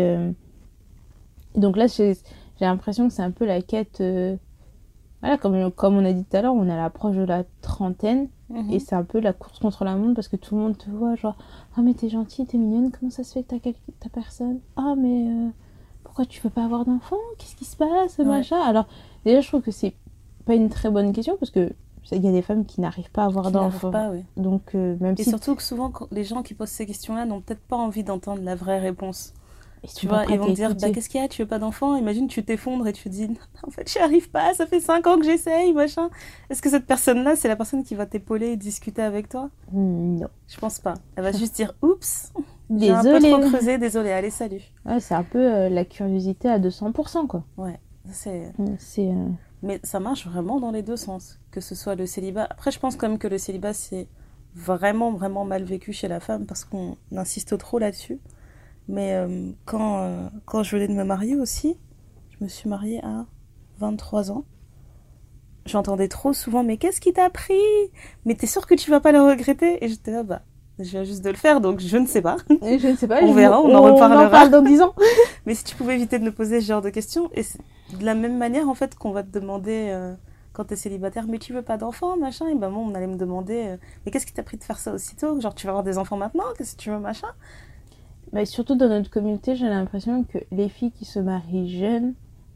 donc là, j'ai l'impression que c'est un peu la quête... Voilà, comme on a dit tout à l'heure, on est à l'approche de la trentaine. Et c'est un peu la course contre la montre parce que tout le monde te voit genre « Ah mais t'es gentille, t'es mignonne, comment ça se fait que t'as personne? Ah mais pourquoi tu veux pas avoir d'enfant? Qu'est-ce qui se passe? Machin ?» Alors déjà je trouve que c'est pas une très bonne question parce que il y a des femmes qui n'arrivent pas à avoir d'enfants. Donc même et surtout que souvent les gens qui posent ces questions-là n'ont peut-être pas envie d'entendre la vraie réponse. Tu vois, ils vont te dire, qu'est-ce qu'il y a, tu veux pas d'enfant? Imagine, tu t'effondres et tu te dis, en fait, j'y arrive pas, ça fait 5 ans que j'essaye, machin. Est-ce que cette personne-là, c'est la personne qui va t'épauler et discuter avec toi? Non. Je pense pas. Elle va juste dire, oups, désolée. J'ai un peu trop creusé, désolée, allez, salut. Ouais, c'est un peu la curiosité à 200%, quoi. Ouais, mais ça marche vraiment dans les deux sens, que ce soit le célibat. Après, je pense quand même que le célibat, c'est vraiment, vraiment mal vécu chez la femme parce qu'on insiste trop là-dessus. Mais quand je venais de me marier aussi, je me suis mariée à 23 ans. J'entendais trop souvent, mais qu'est-ce qui t'a pris? Mais t'es sûre que tu vas pas le regretter? Et j'étais là, Je viens juste de le faire, donc je ne sais pas. Je ne sais pas. On verra, on en en reparlera. parle dans 10 ans. Mais si tu pouvais éviter de me poser ce genre de questions, et c'est de la même manière, en fait, qu'on va te demander quand t'es célibataire, mais tu veux pas d'enfants, machin, et ben bon, on allait me demander, mais qu'est-ce qui t'a pris de faire ça aussitôt? Genre, tu vas avoir des enfants maintenant? Qu'est-ce que tu veux, machin? Mais surtout dans notre communauté, j'ai l'impression que les filles qui se marient jeunes,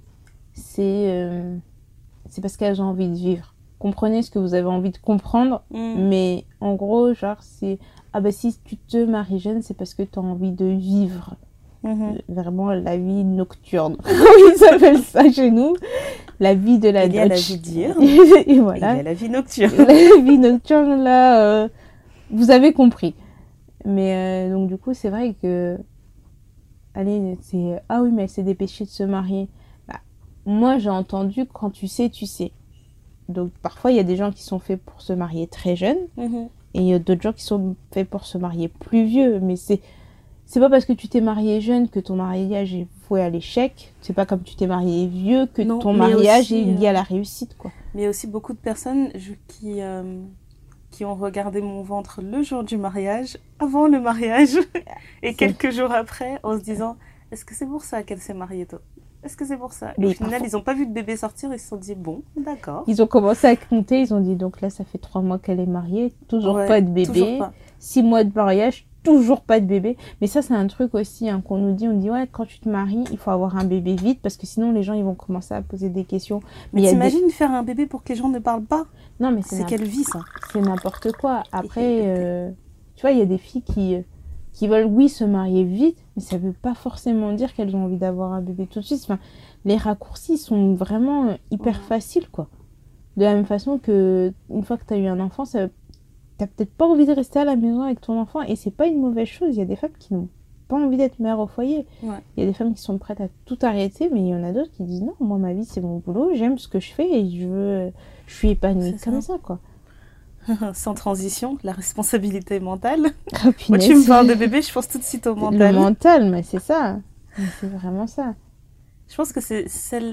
c'est parce qu'elles ont envie de vivre. Comprenez ce que vous avez envie de comprendre, mais en gros, genre, c'est... Ah bah si tu te maries jeune, c'est parce que tu as envie de vivre. Vraiment la vie nocturne. Ils appellent ça chez nous. La vie de la Il y a la vie diurne. Et voilà. Il y a la vie nocturne. La vie nocturne, là, vous avez compris. Mais donc du coup, c'est vrai que... Allez, c'est... Ah oui, mais elle s'est dépêchée de se marier. Bah, moi, j'ai entendu quand tu sais, tu sais. Donc parfois, il y a des gens qui sont faits pour se marier très jeunes. Et il y a d'autres gens qui sont faits pour se marier plus vieux. Mais c'est pas parce que tu t'es marié jeune que ton mariage est voué à l'échec. C'est pas comme tu t'es marié vieux que Non, ton mariage aussi, est lié à la réussite, quoi. Mais il y a aussi beaucoup de personnes qui ont regardé mon ventre le jour du mariage, avant le mariage, et quelques jours après, en se disant « Est-ce que c'est pour ça qu'elle s'est mariée tôt ? Est-ce que c'est pour ça ?» Et au final, ils n'ont pas vu de bébé sortir, ils se sont dit « Bon, d'accord. » Ils ont commencé à compter, ils ont dit donc là, ça fait 3 mois qu'elle est mariée, toujours pas de bébé. 6 mois de mariage, toujours pas de bébé. Mais ça, c'est un truc aussi qu'on nous dit. On dit, ouais, quand tu te maries, il faut avoir un bébé vite parce que sinon, les gens, ils vont commencer à poser des questions. Mais t'imagines faire un bébé pour que les gens ne parlent pas? Non, mais c'est quelle vie, ça? C'est n'importe quoi. Après, tu vois, il y a des filles qui veulent, oui, se marier vite, mais ça veut pas forcément dire qu'elles ont envie d'avoir un bébé tout de suite. Enfin, les raccourcis sont vraiment hyper faciles, quoi. De la même façon que une fois que tu as eu un enfant, t'as peut-être pas envie de rester à la maison avec ton enfant et c'est pas une mauvaise chose. Il y a des femmes qui n'ont pas envie d'être mère au foyer. Il y a des femmes qui sont prêtes à tout arrêter, mais il y en a d'autres qui disent non, moi ma vie c'est mon boulot, j'aime ce que je fais et je suis épanouie comme ça, quoi. Sans transition, la responsabilité mentale. Oh, moi, tu me parles de bébé, je pense tout de suite au mental. Le mental, mais c'est ça. C'est vraiment ça. Je pense que c'est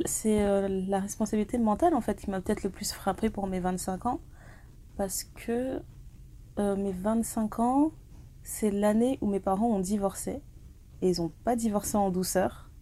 la responsabilité mentale en fait qui m'a peut-être le plus frappée pour mes 25 ans parce que mes 25 ans, c'est l'année où mes parents ont divorcé. Et ils n'ont pas divorcé en douceur.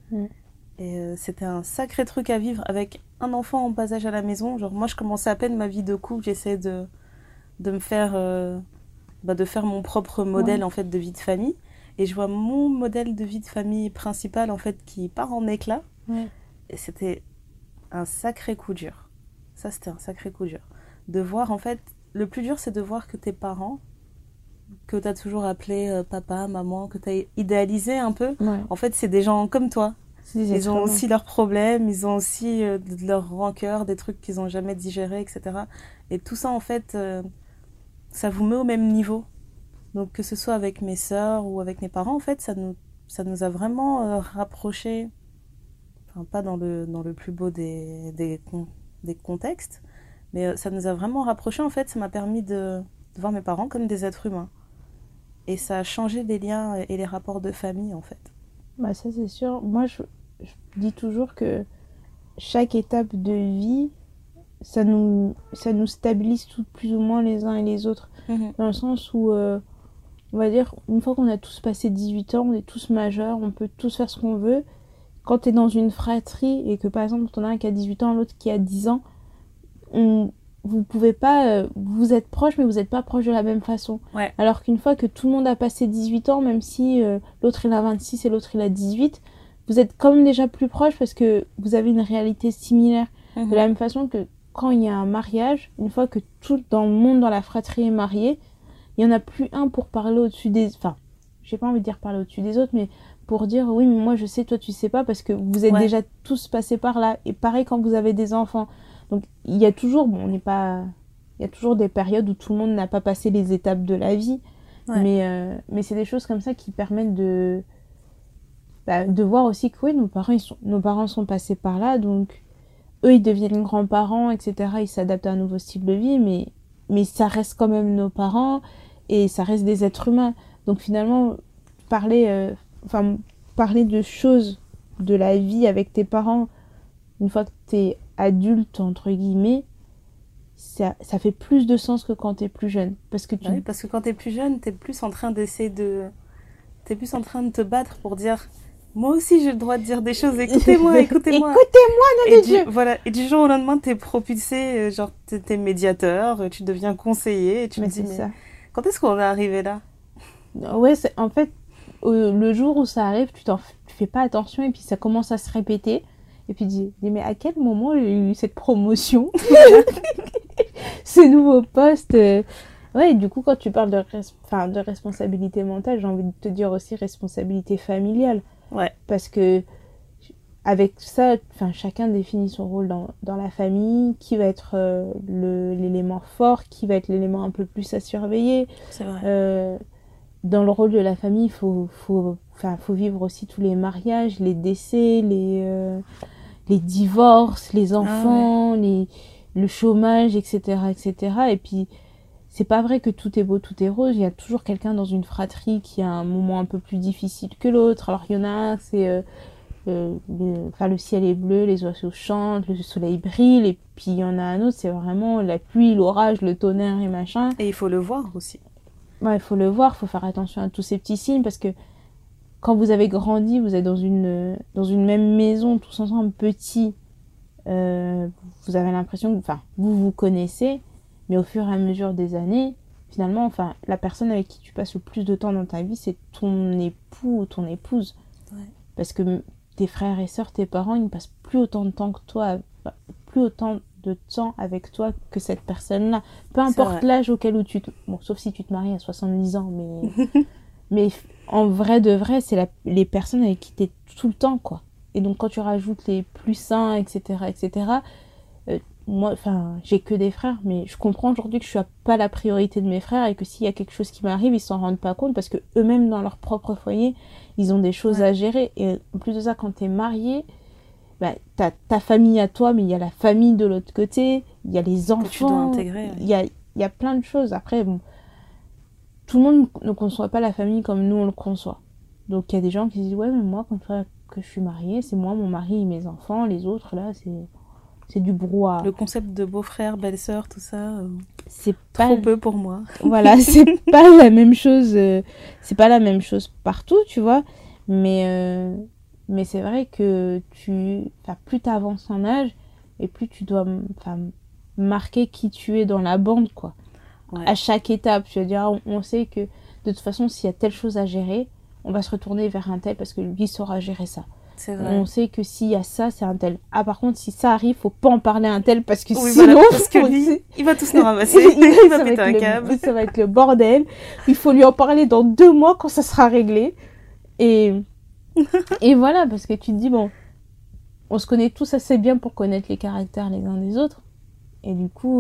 Et c'était un sacré truc à vivre avec un enfant en bas âge à la maison. Genre moi, je commençais à peine ma vie de couple. J'essayais de me faire... de faire mon propre modèle en fait, de vie de famille. Et je vois mon modèle de vie de famille principal en fait, qui part en éclats. Et c'était un sacré coup dur. Ça, c'était un sacré coup dur. De voir en fait... Le plus dur, c'est de voir que tes parents, que tu as toujours appelé papa, maman, que tu as idéalisé un peu, en fait, c'est des gens comme toi. Ils ont aussi leurs problèmes, ils ont aussi de leur rancœur, des trucs qu'ils n'ont jamais digérés, etc. Et tout ça, en fait, ça vous met au même niveau. Donc, que ce soit avec mes sœurs ou avec mes parents, en fait, ça nous a vraiment rapprochés, enfin, pas dans le plus beau des contextes, mais ça nous a vraiment rapprochés, en fait. Ça m'a permis de voir mes parents comme des êtres humains. Et ça a changé les liens et les rapports de famille, en fait. Bah ça, c'est sûr. Moi, je dis toujours que chaque étape de vie, ça nous stabilise tout, plus ou moins les uns et les autres. Dans le sens où, on va dire, une fois qu'on a tous passé 18 ans, on est tous majeurs, on peut tous faire ce qu'on veut. Quand tu es dans une fratrie et que, par exemple, t'en as un qui a 18 ans, l'autre qui a 10 ans, vous pouvez pas... vous êtes proches, mais vous n'êtes pas proches de la même façon. Alors qu'une fois que tout le monde a passé 18 ans, même si l'autre il a 26 et l'autre il a 18, vous êtes quand même déjà plus proches parce que vous avez une réalité similaire. De la même façon que quand il y a un mariage, une fois que tout dans le monde, dans la fratrie est marié, il n'y en a plus un pour parler au-dessus des... Enfin, j'ai pas envie de dire parler au-dessus des autres, mais pour dire oui, mais moi je sais, toi tu sais pas, parce que vous êtes déjà tous passés par là. Et pareil quand vous avez des enfants. Donc il y a toujours, il y a toujours des périodes où tout le monde n'a pas passé les étapes de la vie. Mais c'est des choses comme ça qui permettent de voir aussi que oui, nos parents sont passés par là, donc eux ils deviennent grands-parents, etc. Ils s'adaptent à un nouveau style de vie, mais ça reste quand même nos parents et ça reste des êtres humains. Donc finalement, parler de choses de la vie avec tes parents, une fois que t'es adulte, entre guillemets, ça fait plus de sens que quand t'es plus jeune. Parce que Oui, parce que quand t'es plus jeune, t'es plus en train t'es plus en train de te battre pour dire, moi aussi j'ai le droit de dire des choses, écoutez-moi, écoutez-moi. Écoutez-moi, nom de Dieu! Voilà, et du jour au lendemain, t'es propulsé, genre t'es médiateur, tu deviens conseiller, et tu te dis, mais ça. quand est-ce qu'on est arrivé là? Ouais, en fait, le jour où ça arrive, tu fais pas attention et puis ça commence à se répéter. Et puis tu dis, mais à quel moment j'ai eu cette promotion? Ce nouveau poste? Ouais, du coup, quand tu parles de responsabilité mentale, j'ai envie de te dire aussi responsabilité familiale. Ouais. Parce que avec ça, chacun définit son rôle dans la famille, qui va être l'élément fort, qui va être l'élément un peu plus à surveiller. C'est vrai. Dans le rôle de la famille, il faut vivre aussi tous les mariages, les décès, les divorces, les enfants, le chômage, etc., etc. Et puis, c'est pas vrai que tout est beau, tout est rose. Il y a toujours quelqu'un dans une fratrie qui a un moment un peu plus difficile que l'autre. Alors, il y en a un, c'est... le ciel est bleu, les oiseaux chantent, le soleil brille. Et puis, il y en a un autre, c'est vraiment la pluie, l'orage, le tonnerre et machin. Et il faut le voir aussi. Ouais, il faut le voir, il faut faire attention à tous ces petits signes parce que quand vous avez grandi, vous êtes dans une même maison, tous ensemble petits, vous avez l'impression que vous vous connaissez, mais au fur et à mesure des années, finalement, la personne avec qui tu passes le plus de temps dans ta vie, c'est ton époux ou ton épouse. Ouais. Parce que tes frères et sœurs, tes parents, ils ne passent plus autant de temps que toi, plus autant de temps avec toi que cette personne-là. Peu importe l'âge auquel tu te... Bon, sauf si tu te maries à 70 ans, mais en vrai de vrai, c'est les personnes avec qui t'es tout le temps, quoi. Et donc, quand tu rajoutes les plus sains, etc., etc., moi, j'ai que des frères, mais je comprends aujourd'hui que je suis pas la priorité de mes frères et que s'il y a quelque chose qui m'arrive, ils s'en rendent pas compte parce que eux-mêmes, dans leur propre foyer, ils ont des choses à gérer. Et en plus de ça, quand t'es marié, t'as ta famille à toi, mais il y a la famille de l'autre côté, il y a les enfants, que tu dois intégrer. Il y a plein de choses. Après, bon, tout le monde ne conçoit pas la famille comme nous on le conçoit. Donc il y a des gens qui se disent ouais, mais moi quand que je suis mariée, c'est moi, mon mari et mes enfants, les autres là c'est du brouhaha. Le concept de beau-frère, belle-sœur, tout ça, c'est trop peu pour moi. Voilà, c'est pas la même chose, c'est pas la même chose partout, tu vois, mais c'est vrai que plus t'avances en âge et plus tu dois marquer qui tu es dans la bande, quoi. Ouais. À chaque étape, tu vas dire, on sait que de toute façon, s'il y a telle chose à gérer, on va se retourner vers un tel parce que lui saura gérer ça. C'est vrai. On sait que s'il y a ça, c'est un tel. Ah, par contre, si ça arrive, faut pas en parler à un tel parce que oui, sinon... Voilà, parce que lui, il va tous nous ramasser. il va péter un câble. Ça va être le bordel. Il faut lui en parler dans 2 mois quand ça sera réglé. Et voilà, parce que tu te dis, bon, on se connaît tous assez bien pour connaître les caractères les uns des autres. Et du coup,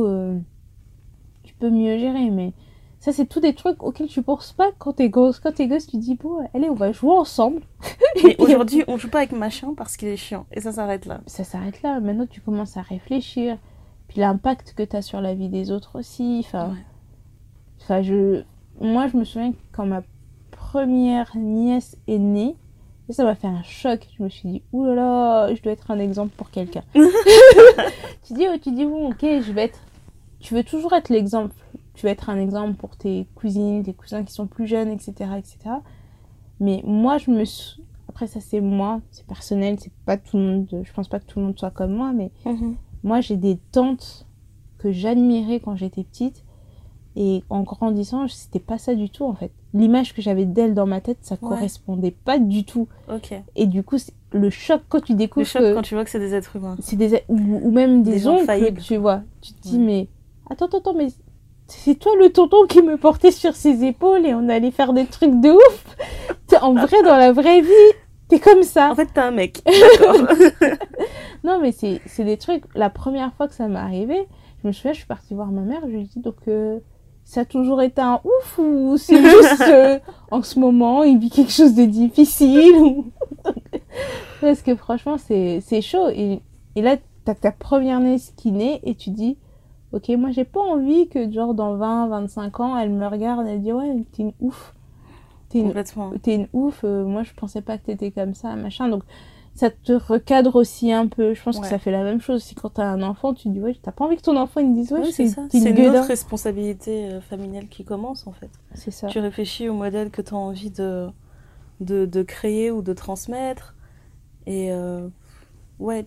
tu peux mieux gérer. Mais ça, c'est tous des trucs auxquels tu penses pas quand t'es gosse. Quand t'es gosse, tu dis, bon, allez, on va jouer ensemble. Mais aujourd'hui, on joue pas avec machin parce qu'il est chiant. Et ça s'arrête là. Ça s'arrête là. Maintenant, tu commences à réfléchir. Puis l'impact que t'as sur la vie des autres aussi. Moi, je me souviens que quand ma première nièce est née, et ça m'a fait un choc. Je me suis dit, oulala, je dois être un exemple pour quelqu'un. tu dis, bon, ok, tu veux toujours être l'exemple. Tu veux être un exemple pour tes cousines, tes cousins qui sont plus jeunes, etc., etc. Mais moi, après, ça, c'est moi, c'est personnel, c'est pas tout le monde, je pense pas que tout le monde soit comme moi, mais moi, j'ai des tantes que j'admirais quand j'étais petite. Et en grandissant, c'était pas ça du tout, en fait. L'image que j'avais d'elle dans ma tête, ça correspondait pas du tout. Okay. Et du coup, le choc quand tu découvres... Le choc quand tu vois que c'est des êtres humains. Ou même des oncles, tu vois. Tu te dis, mais... Attends, mais... C'est toi le tonton qui me portait sur ses épaules et on allait faire des trucs de ouf. En vrai, dans la vraie vie, t'es comme ça. En fait, t'es un mec. D'accord. Non, mais c'est des trucs... La première fois que ça m'est arrivé, je me souviens, je suis partie voir ma mère, je lui ai dit, donc... ça a toujours été un ouf ou c'est juste en ce moment il vit quelque chose de difficile parce que franchement c'est chaud et là t'as ta première nièce qui naît et tu dis ok, moi j'ai pas envie que genre dans 20-25 ans elle me regarde et elle dit ouais t'es une ouf, t'es une ouf, moi je pensais pas que t'étais comme ça machin. Donc ça te recadre aussi un peu. Je pense que Ouais. ça fait la même chose. Si quand t'as un enfant, tu te dis, ouais, t'as pas envie que ton enfant il te dise, ouais, Ouais, c'est ça. t'es C'est une une autre gueudin. responsabilité familiale qui commence, en fait. C'est ça. Tu réfléchis au modèle que tu as envie de créer ou de transmettre. Et ouais,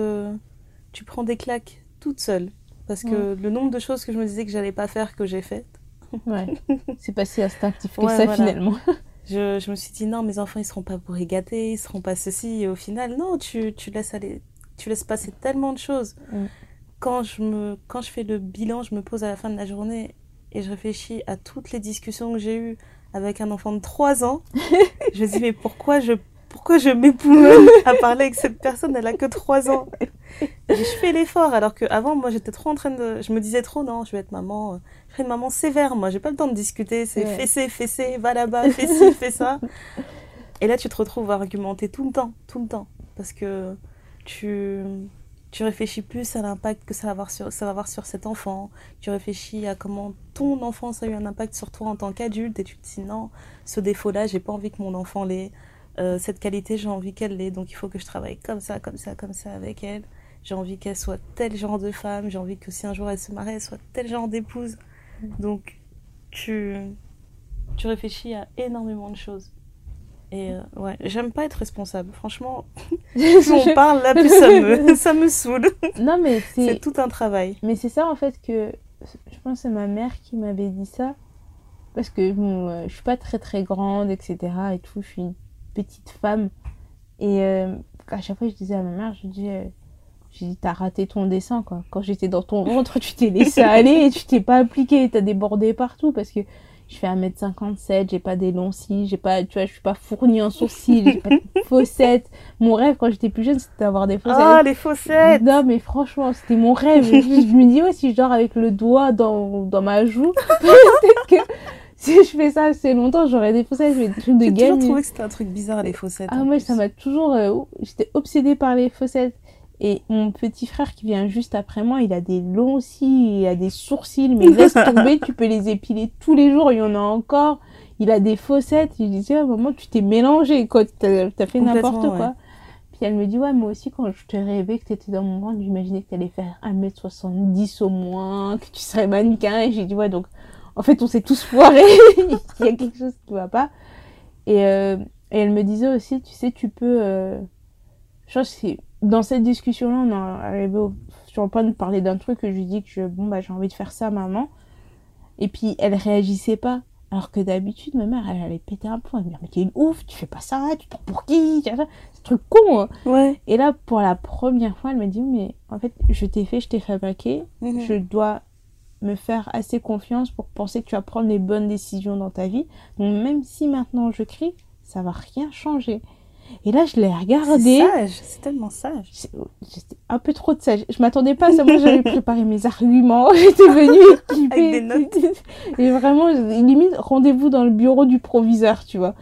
tu prends des claques toute seule. Parce que le nombre de choses que je me disais que j'allais pas faire, que j'ai faites. Ouais. C'est pas si instinctif que Ouais, ça, voilà. finalement. Je me suis dit, non, mes enfants, ils seront pas bourrés gâtés, ils seront pas ceci. Et au final, non, tu laisses aller, tu laisses passer tellement de choses. Quand je fais le bilan, je me pose à la fin de la journée et je réfléchis à toutes les discussions que j'ai eues avec un enfant de 3 ans. Je me dis, mais pourquoi je m'époumonne à parler avec cette personne, elle a que 3 ans. Et je fais l'effort, alors qu'avant, moi, j'étais trop en train de... Je me disais trop, non, je vais être maman... Je serai une maman sévère, moi, j'ai pas le temps de discuter, c'est fessé, va là-bas, fais ci, fais ça. Et là, tu te retrouves à argumenter tout le temps. Parce que tu réfléchis plus à l'impact que ça va avoir sur cet enfant. Tu réfléchis à comment ton enfance a eu un impact sur toi en tant qu'adulte. Et tu te dis, non, ce défaut-là, j'ai pas envie que mon enfant l'ait. Cette qualité, j'ai envie qu'elle l'ait. Donc, il faut que je travaille comme ça avec elle. J'ai envie qu'elle soit tel genre de femme. J'ai envie que si un jour elle se marie, elle soit tel genre d'épouse. Donc, tu réfléchis à énormément de choses. Et ouais, j'aime pas être responsable. Franchement, plus on parle là, plus ça me saoule. Non, mais c'est tout un travail. Mais c'est ça en fait que je pense que c'est ma mère qui m'avait dit ça. Parce que bon, je suis pas très très grande, etc. et tout. Je suis une petite femme. Et à chaque fois, je disais à ma mère, je dis, t'as raté ton dessin, quoi. Quand j'étais dans ton ventre, tu t'es laissé aller et tu t'es pas appliqué. T'as débordé partout parce que je fais 1m57, j'ai pas des longs cils, tu vois, je suis pas fournie en sourcils, j'ai pas de fossettes. Mon rêve quand j'étais plus jeune, c'était d'avoir des fossettes. Ah, les fossettes! Non, mais franchement, c'était mon rêve. Je me dis, ouais, si je dors avec le doigt dans ma joue, peut-être que si je fais ça assez longtemps, j'aurais des fossettes, mais des trucs de gamme. J'ai toujours trouvé que c'était un truc bizarre, les fossettes. Ah, moi, ça m'a toujours... j'étais obsédée par les fossettes. Et mon petit frère qui vient juste après moi, il a des longs cils, il a des sourcils, mais laisse tomber, tu peux les épiler tous les jours, il y en a encore. Il a des fossettes. Je disais, à un moment, tu t'es mélangé, quoi. T'as fait n'importe quoi. Ouais. Puis elle me dit, ouais, moi aussi, quand je te rêvais que t'étais dans mon ventre, j'imaginais que t'allais faire 1m70 au moins, que tu serais mannequin. Et j'ai dit, ouais, donc, en fait, on s'est tous foirés. Il y a quelque chose qui va pas. Et elle me disait aussi, tu sais, tu peux... je pense que c'est... Dans cette discussion-là, on est arrivé sur le point de parler d'un truc que je lui dis que j'ai envie de faire ça, maman. Et puis, elle réagissait pas. Alors que d'habitude, ma mère, elle allait péter un plomb. Elle me dit, mais t'es une ouf, tu fais pas ça, tu te prends pour qui? C'est un truc con, hein. Ouais. Et là, pour la première fois, elle me dit, mais en fait, je t'ai fabriqué. Je dois me faire assez confiance pour penser que tu vas prendre les bonnes décisions dans ta vie. Donc, même si maintenant je crie, ça va rien changer. Et là, je l'ai regardé. C'est sage, c'est tellement sage. J'étais un peu trop de sage. Je m'attendais pas à ça. Moi, j'avais préparé mes arguments. J'étais venue équipée. Avec des notes. Et vraiment, limite, rendez-vous dans le bureau du proviseur, tu vois.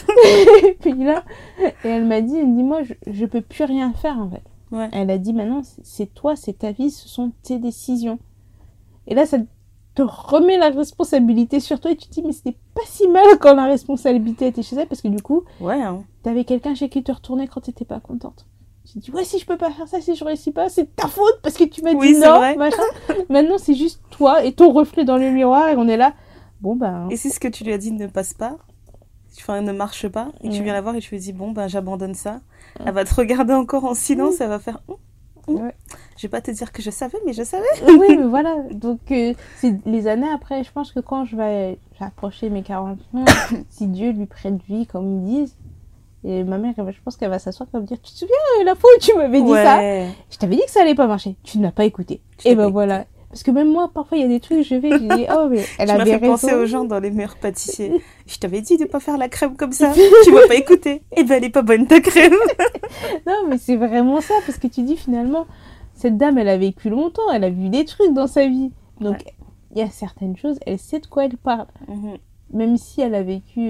Et puis là, et elle m'a dit, moi, je peux plus rien faire, en fait. Ouais. Elle a dit, maintenant, c'est toi, c'est ta vie, ce sont tes décisions. Et là, ça te remet la responsabilité sur toi et tu te dis, mais c'était pas si mal quand la responsabilité était chez elle, parce que du coup, t'avais quelqu'un chez qui te retournais quand t'étais pas contente. Tu te dis, ouais, si je peux pas faire ça, si je réussis pas, c'est ta faute parce que tu m'as dit non, machin. Maintenant, c'est juste toi et ton reflet dans le miroir et on est là. Bon, ben. Et si ce que tu lui as dit ne passe pas, enfin, ne marche pas, et que tu viens la voir et tu lui dis, bon, ben, j'abandonne ça, elle va te regarder encore en silence, elle va faire. Ouais. Je vais pas te dire que je savais, mais je savais. Oui, mais voilà. Donc, c'est les années après, je pense que quand je vais approcher mes 40 ans, si Dieu lui prête vie, comme ils disent, et ma mère, je pense qu'elle va s'asseoir et va me dire, tu te souviens la fois où tu m'avais dit ça? Je t'avais dit que ça allait pas marcher. Tu ne m'as pas écouté. Et ben voilà. Parce que même moi, parfois, il y a des trucs, je dis, oh, mais elle avait raison. Tu m'as fait penser aux gens dans les meilleurs pâtissiers. Je t'avais dit de pas faire la crème comme ça. Tu m'as pas écouté. Eh ben, elle est pas bonne, ta crème. Non, mais c'est vraiment ça, parce que tu dis, finalement, cette dame, elle a vécu longtemps, elle a vu des trucs dans sa vie. Donc, il y a certaines choses, elle sait de quoi elle parle. Même si elle a vécu,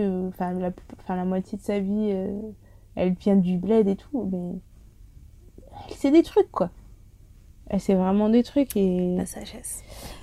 la moitié de sa vie, elle vient du bled et tout, mais elle sait des trucs, quoi. Elle sait vraiment des trucs et... La sagesse.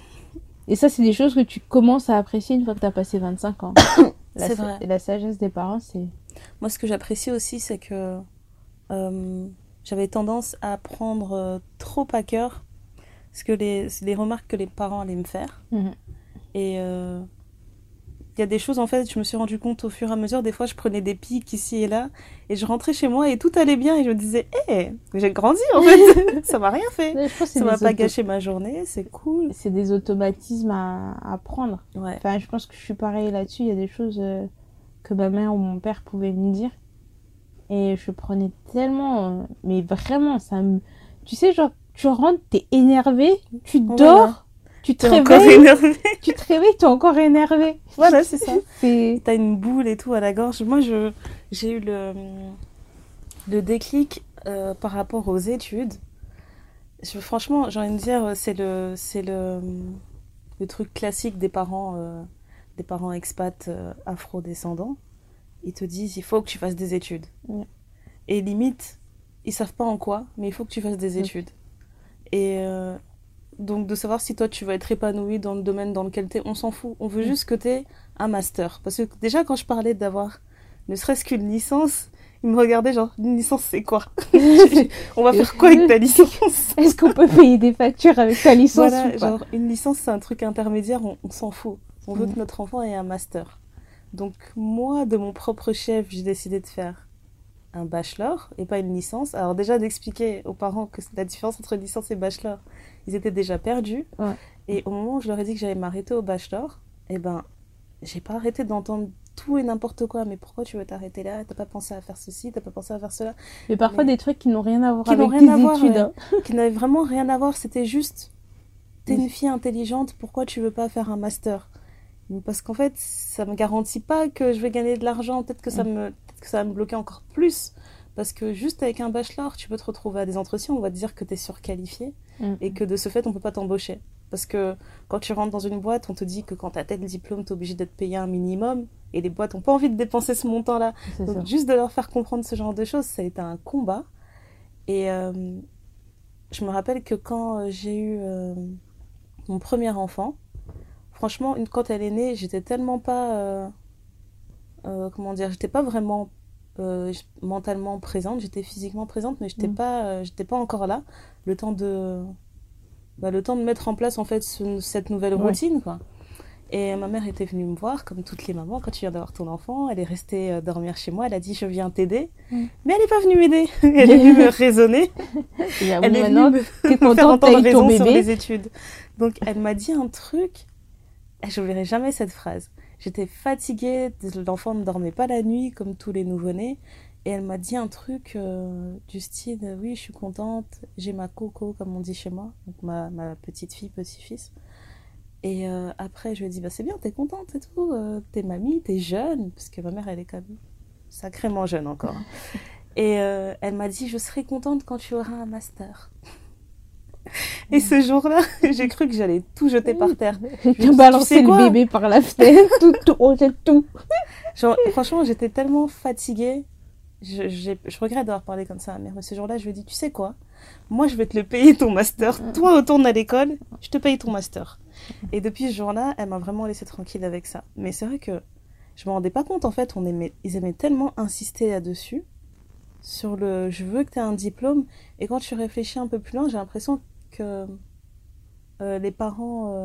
Et ça, c'est des choses que tu commences à apprécier une fois que tu as passé 25 ans. C'est vrai. La sagesse des parents, c'est... Moi, ce que j'apprécie aussi, c'est que j'avais tendance à prendre trop à cœur c'est les remarques que les parents allaient me faire. Et il y a des choses, en fait, je me suis rendu compte au fur et à mesure, des fois je prenais des pics ici et là, et je rentrais chez moi et tout allait bien, et je me disais, j'ai grandi en fait, ça m'a rien fait, Je pense que ça m'a pas gâché ma journée, c'est cool. C'est des automatismes à apprendre. Ouais. Enfin, je pense que je suis pareil là-dessus, il y a des choses que ma mère ou mon père pouvaient me dire, et je prenais tellement, mais vraiment, tu sais, genre, tu rentres, t'es énervé, tu dors, voilà. Tu te réveilles, t'es encore énervé. Voilà, c'est ça. T'as une boule et tout à la gorge. Moi, j'ai eu le déclic par rapport aux études. Franchement, j'ai envie de dire, c'est le truc classique des parents expats afro-descendants. Ils te disent, il faut que tu fasses des études. Ouais. Et limite, ils savent pas en quoi, mais il faut que tu fasses des études. Et donc de savoir si toi tu vas être épanoui dans le domaine dans lequel t'es, on s'en fout. On veut juste que t'aies un master. Parce que déjà quand je parlais d'avoir ne serait-ce qu'une licence, ils me regardaient genre, une licence c'est quoi? On va faire quoi avec ta licence? Est-ce qu'on peut payer des factures avec ta licence voilà, ou pas? genre une licence c'est un truc intermédiaire, on s'en fout. On veut que notre enfant ait un master. Donc moi, de mon propre chef, j'ai décidé de faire un bachelor et pas une licence. Alors déjà d'expliquer aux parents que la différence entre licence et bachelor, ils étaient déjà perdus. Ouais. Et au moment où je leur ai dit que j'allais m'arrêter au bachelor, j'ai pas arrêté d'entendre tout et n'importe quoi. Mais pourquoi tu veux t'arrêter là? T'as pas pensé à faire ceci, t'as pas pensé à faire cela? Mais parfois des trucs qui n'ont rien à voir avec tes études. Hein. Qui n'avaient vraiment rien à voir. C'était juste, t'es une fille intelligente, pourquoi tu veux pas faire un master? Parce qu'en fait, ça me garantit pas que je vais gagner de l'argent. Peut-être que ça va me bloquer encore plus. Parce que juste avec un bachelor, tu peux te retrouver à des entretiens, on va te dire que tu es surqualifié et que de ce fait, on peut pas t'embaucher. Parce que quand tu rentres dans une boîte, on te dit que quand tu as tel diplôme, tu es obligé d'être payé un minimum. Et les boîtes n'ont pas envie de dépenser ce montant-là. Donc juste de leur faire comprendre ce genre de choses, ça a été un combat. Et je me rappelle que quand j'ai eu mon premier enfant, franchement, quand elle est née, j'étais tellement pas... j'étais pas vraiment mentalement présente. J'étais physiquement présente, mais j'étais pas encore là. Le temps de mettre en place, en fait, cette nouvelle routine, quoi. Et ma mère était venue me voir, comme toutes les mamans, quand tu viens d'avoir ton enfant. Elle est restée dormir chez moi. Elle a dit, je viens t'aider. Mais elle n'est pas venue m'aider. Elle est venue me raisonner. Elle est venue me faire entendre raison sur les études. Donc, elle m'a dit un truc... Je n'oublierai jamais cette phrase. J'étais fatiguée, l'enfant ne dormait pas la nuit comme tous les nouveau-nés. Et elle m'a dit un truc du style, oui, je suis contente, j'ai ma coco, comme on dit chez moi, donc ma petite fille, petit-fils. Et après, je lui ai dit, c'est bien, t'es contente et tout, t'es mamie, t'es jeune, parce que ma mère, elle est quand même sacrément jeune encore. Et elle m'a dit, je serai contente quand tu auras un master. Et ce jour-là, j'ai cru que j'allais tout jeter par terre. Tu balançais le bébé par la fenêtre, on jette tout. Genre, franchement, j'étais tellement fatiguée. Je regrette d'avoir parlé comme ça à ma mère. Mais ce jour-là, je lui ai dit, tu sais quoi? Moi, je vais te le payer ton master. Toi, retourne à l'école, je te paye ton master. Et depuis ce jour-là, elle m'a vraiment laissé tranquille avec ça. Mais c'est vrai que je me rendais pas compte, en fait, ils aimaient tellement insister là-dessus. Sur le, je veux que tu aies un diplôme. Et quand tu réfléchis un peu plus loin, j'ai l'impression que les parents,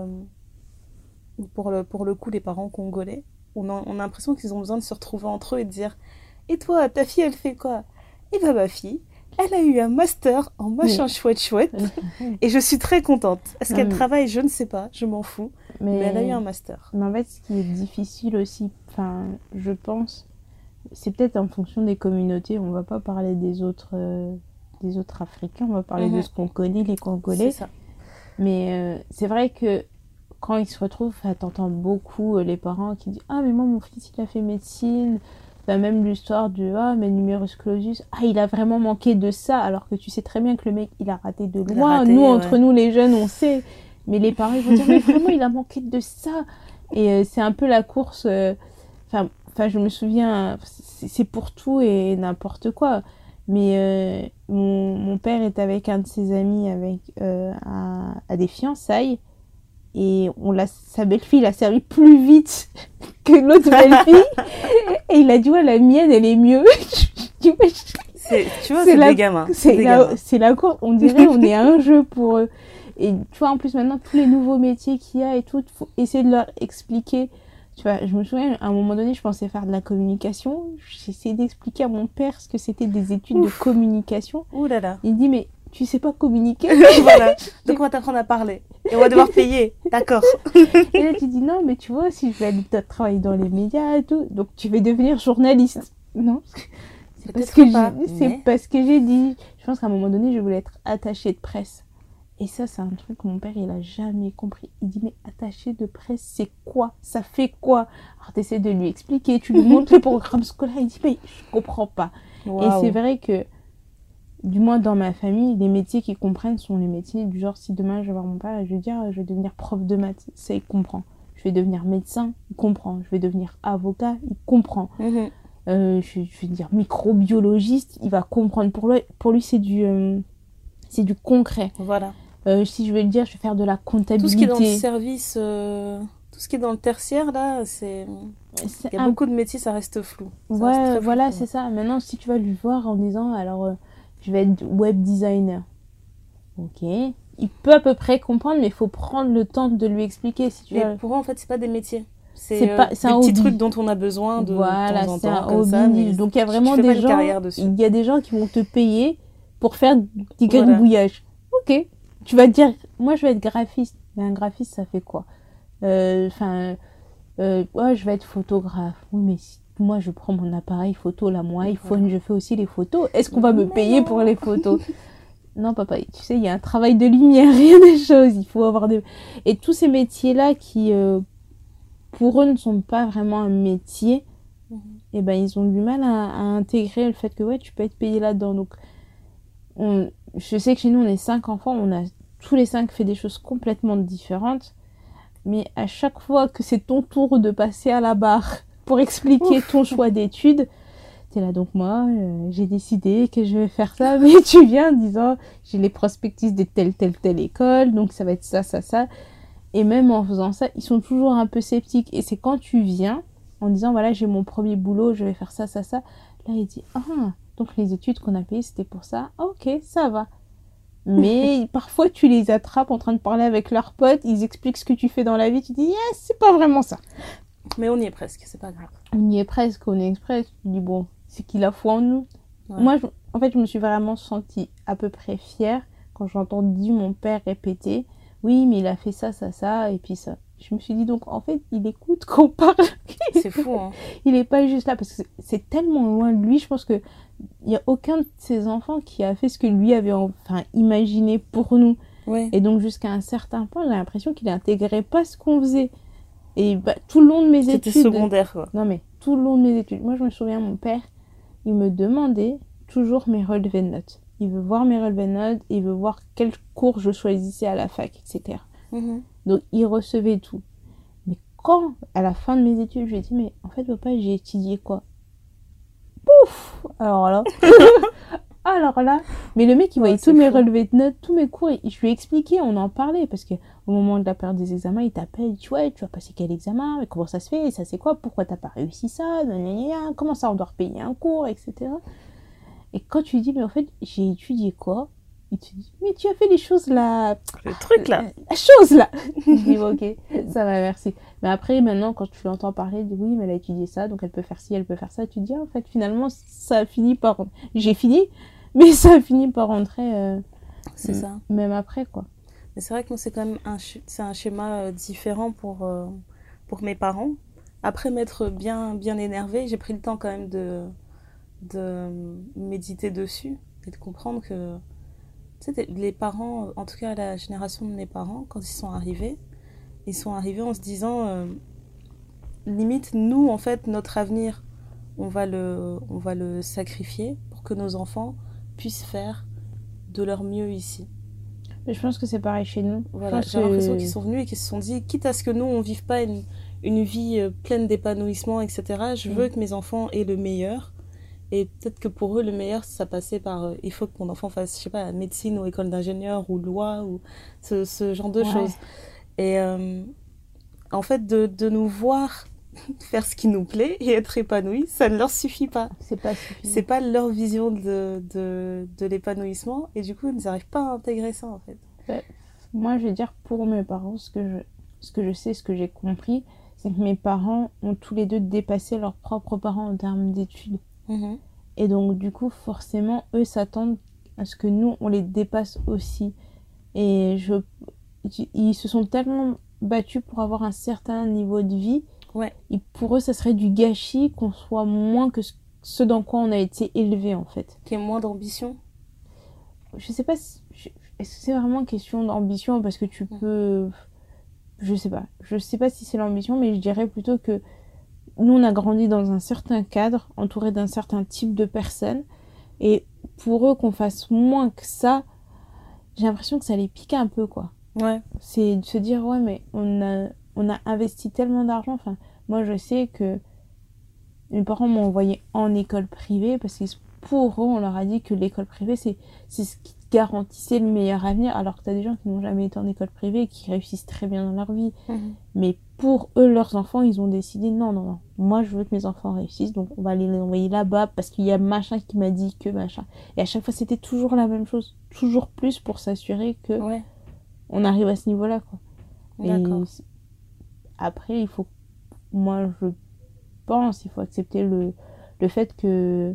pour le coup, les parents congolais, on a l'impression qu'ils ont besoin de se retrouver entre eux et de dire, et toi, ta fille, elle fait quoi? Et ma fille, elle a eu un master en machin chouette, et je suis très contente. Est-ce qu'elle travaille? Je ne sais pas, je m'en fous, mais elle a eu un master. Mais en fait, ce qui est difficile aussi, je pense, c'est peut-être en fonction des communautés, on va pas parler des autres Africains, on va parler de ce qu'on connaît, les Congolais. C'est ça. Mais c'est vrai que quand ils se retrouvent, t'entends beaucoup les parents qui disent « Ah, mais moi, mon fils, il a fait médecine. » Même l'histoire de « Ah, mais numerus clausus, il a vraiment manqué de ça. » Alors que tu sais très bien que le mec, il a raté de loin. Nous, entre nous, les jeunes, on sait. Mais les parents, ils vont dire « Mais vraiment, il a manqué de ça. » Et c'est un peu la course... je me souviens, c'est pour tout et n'importe quoi. Mais mon père est avec un de ses amis à des fiançailles. Et sa belle-fille l'a servi plus vite que l'autre belle-fille. Et il a dit, ouais, la mienne, elle est mieux. Tu vois, c'est des gamins. C'est la cour. On dirait on est à un jeu pour eux. Et tu vois, en plus, maintenant, tous les nouveaux métiers qu'il y a et tout, il faut essayer de leur expliquer. Tu vois, je me souviens, à un moment donné, je pensais faire de la communication. J'ai essayé d'expliquer à mon père ce que c'était des études de communication. Ouh là là. Il dit, mais tu sais pas communiquer. Voilà. Donc, on va t'apprendre à parler. Et on va devoir payer. D'accord. Et là, tu dis, non, mais tu vois, si je vais aller travailler dans les médias et tout, donc tu vais devenir journaliste. Non, c'est pas ce que j'ai dit. Je pense qu'à un moment donné, je voulais être attachée de presse. Et ça, c'est un truc que mon père, il a jamais compris. Il dit, mais attaché de presse, c'est quoi? Ça fait quoi? Alors, t'essaies de lui expliquer, tu lui montres le programme scolaire, il dit, mais je comprends pas. Wow. Et c'est vrai que, du moins dans ma famille, les métiers qu'ils comprennent sont les métiers du genre, si demain je vais voir mon père et je vais dire, je vais devenir prof de maths, ça, il comprend. Je vais devenir médecin, il comprend. Je vais devenir avocat, il comprend. Je vais dire microbiologiste, il va comprendre. Pour lui c'est du concret. Voilà. Si je vais le dire, je vais faire de la comptabilité. Tout ce qui est dans le service, tout ce qui est dans le tertiaire, là, il y a beaucoup de métiers, ça reste flou. Ouais, voilà, c'est ça. Maintenant, si tu vas lui voir en disant, alors, je vais être web designer. Ok. Il peut à peu près comprendre, mais il faut prendre le temps de lui expliquer. Si tu mais pour eux, en fait, c'est pas des métiers. C'est des petits trucs dont on a besoin de temps en temps, comme ça. Mais donc, il y a vraiment des gens, il y a des gens qui vont te payer pour faire du gribouillage. Voilà. Ok. Tu vas te dire, moi, je vais être graphiste. Mais un graphiste, ça fait quoi? Ouais, je vais être photographe. Oui, mais si moi, je prends mon appareil photo, là, moi, iPhone, je fais aussi les photos. Est-ce qu'on va me payer pour les photos? Non, papa, tu sais, il y a un travail de lumière, il y a des choses, il faut avoir des... Et tous ces métiers-là qui, pour eux, ne sont pas vraiment un métier, et ben, ils ont du mal à intégrer le fait que, ouais, tu peux être payé là-dedans. Donc, je sais que chez nous, on est 5 enfants, on a tous les 5 fait des choses complètement différentes, mais à chaque fois que c'est ton tour de passer à la barre pour expliquer ton choix d'études, t'es là, donc moi, j'ai décidé que je vais faire ça, mais tu viens en disant, j'ai les prospectus de telle école, donc ça va être ça. Et même en faisant ça, ils sont toujours un peu sceptiques. Et c'est quand tu viens, en disant, voilà, j'ai mon premier boulot, je vais faire ça. Là, il dit, donc les études qu'on a payées, c'était pour ça. Ok, ça va. Mais parfois, tu les attrapes en train de parler avec leurs potes, ils expliquent ce que tu fais dans la vie, tu dis, yes, c'est pas vraiment ça. Mais on y est presque, c'est pas grave. On y est presque, tu dis, bon, c'est qu'il a foi en nous. Ouais. Moi, en fait, je me suis vraiment sentie à peu près fière quand j'ai entendu mon père répéter, oui, mais il a fait ça, et puis ça. Je me suis dit, donc, en fait, il écoute qu'on parle. C'est fou, hein. Il est pas juste là, parce que c'est tellement loin de lui, je pense que il y a aucun de ses enfants qui a fait ce que lui avait imaginé pour nous. Ouais. Et donc, jusqu'à un certain point, j'ai l'impression qu'il n'intégrait pas ce qu'on faisait. Et tout le long de mes études... C'était secondaire, quoi. Non, mais tout le long de mes études. Moi, je me souviens, mon père, il me demandait toujours mes relevés de notes. Il veut voir mes relevés de notes, il veut voir quel cours je choisissais à la fac, etc. Donc, il recevait tout. Mais quand, à la fin de mes études, je lui ai dit, mais en fait, papa, j'ai étudié quoi? Pouf! Alors là, mais le mec, il voyait tous mes relevés de notes, tous mes cours, je lui ai expliqué, on en parlait, parce qu'au moment de la période des examens, il t'appelle, il dit, ouais, tu vas passer quel examen? Mais comment ça se fait? Ça, c'est quoi? Pourquoi t'as pas réussi ça? Comment ça, on doit repayer un cours, etc. Et quand tu lui dis, mais en fait, j'ai étudié quoi? Il te dit, mais tu as fait les choses là. Le truc là. La chose là. Je dis, ok, ça va, merci. Mais après, maintenant, quand tu l'entends parler, il dit, oui, mais elle a étudié ça, donc elle peut faire ci, elle peut faire ça. Tu te dis, en fait, finalement, ça a fini par... J'ai fini, mais ça a fini par rentrer. C'est ça. Même après, quoi. Mais c'est vrai que moi, c'est quand même un schéma différent pour mes parents. Après m'être bien énervée, j'ai pris le temps quand même de méditer dessus et de comprendre que tu sais, les parents, en tout cas la génération de mes parents, quand ils sont arrivés en se disant limite nous en fait notre avenir on va le sacrifier pour que nos enfants puissent faire de leur mieux ici. Mais je pense que c'est pareil chez nous. Voilà, j'ai l'impression qu'ils sont venus et qu'ils se sont dit quitte à ce que nous on vive pas une vie pleine d'épanouissement, etc. Je veux que mes enfants aient le meilleur. Et peut-être que pour eux, le meilleur, ça passait par... il faut que mon enfant fasse, je sais pas, médecine ou école d'ingénieur ou loi ou ce genre de choses. Et en fait, de nous voir faire ce qui nous plaît et être épanouis, ça ne leur suffit pas. C'est pas suffisant. C'est pas leur vision de l'épanouissement et du coup, ils n'arrivent pas à intégrer ça en fait. Moi, je vais dire pour mes parents, ce que je sais, ce que j'ai compris, c'est que mes parents ont tous les deux dépassé leurs propres parents en termes d'études. Mhm. Et donc, du coup, forcément, eux s'attendent à ce que nous, on les dépasse aussi. Et ils se sont tellement battus pour avoir un certain niveau de vie. Ouais. Et pour eux, ça serait du gâchis qu'on soit moins que ce dans quoi on a été élevé, en fait. Qu'il y ait moins d'ambition. Je sais pas si... Est-ce que c'est vraiment question d'ambition? Parce que tu peux... Je sais pas. Je sais pas si c'est l'ambition, mais je dirais plutôt que nous, on a grandi dans un certain cadre, entouré d'un certain type de personnes. Et pour eux, qu'on fasse moins que ça, j'ai l'impression que ça les pique un peu, quoi. Ouais. C'est de se dire, ouais, mais on a investi tellement d'argent. Enfin, moi, je sais que mes parents m'ont envoyé en école privée parce que pour eux, on leur a dit que l'école privée, c'est ce qui garantissait le meilleur avenir. Alors que t'as des gens qui n'ont jamais été en école privée et qui réussissent très bien dans leur vie. Mhm. Mais pour eux, leurs enfants, ils ont décidé, non. Moi, je veux que mes enfants réussissent, donc on va les envoyer là-bas parce qu'il y a machin qui m'a dit que machin. Et à chaque fois, c'était toujours la même chose. Toujours plus pour s'assurer que Ouais. on arrive à ce niveau-là, quoi. D'accord. Et après, moi, je pense, il faut accepter le fait que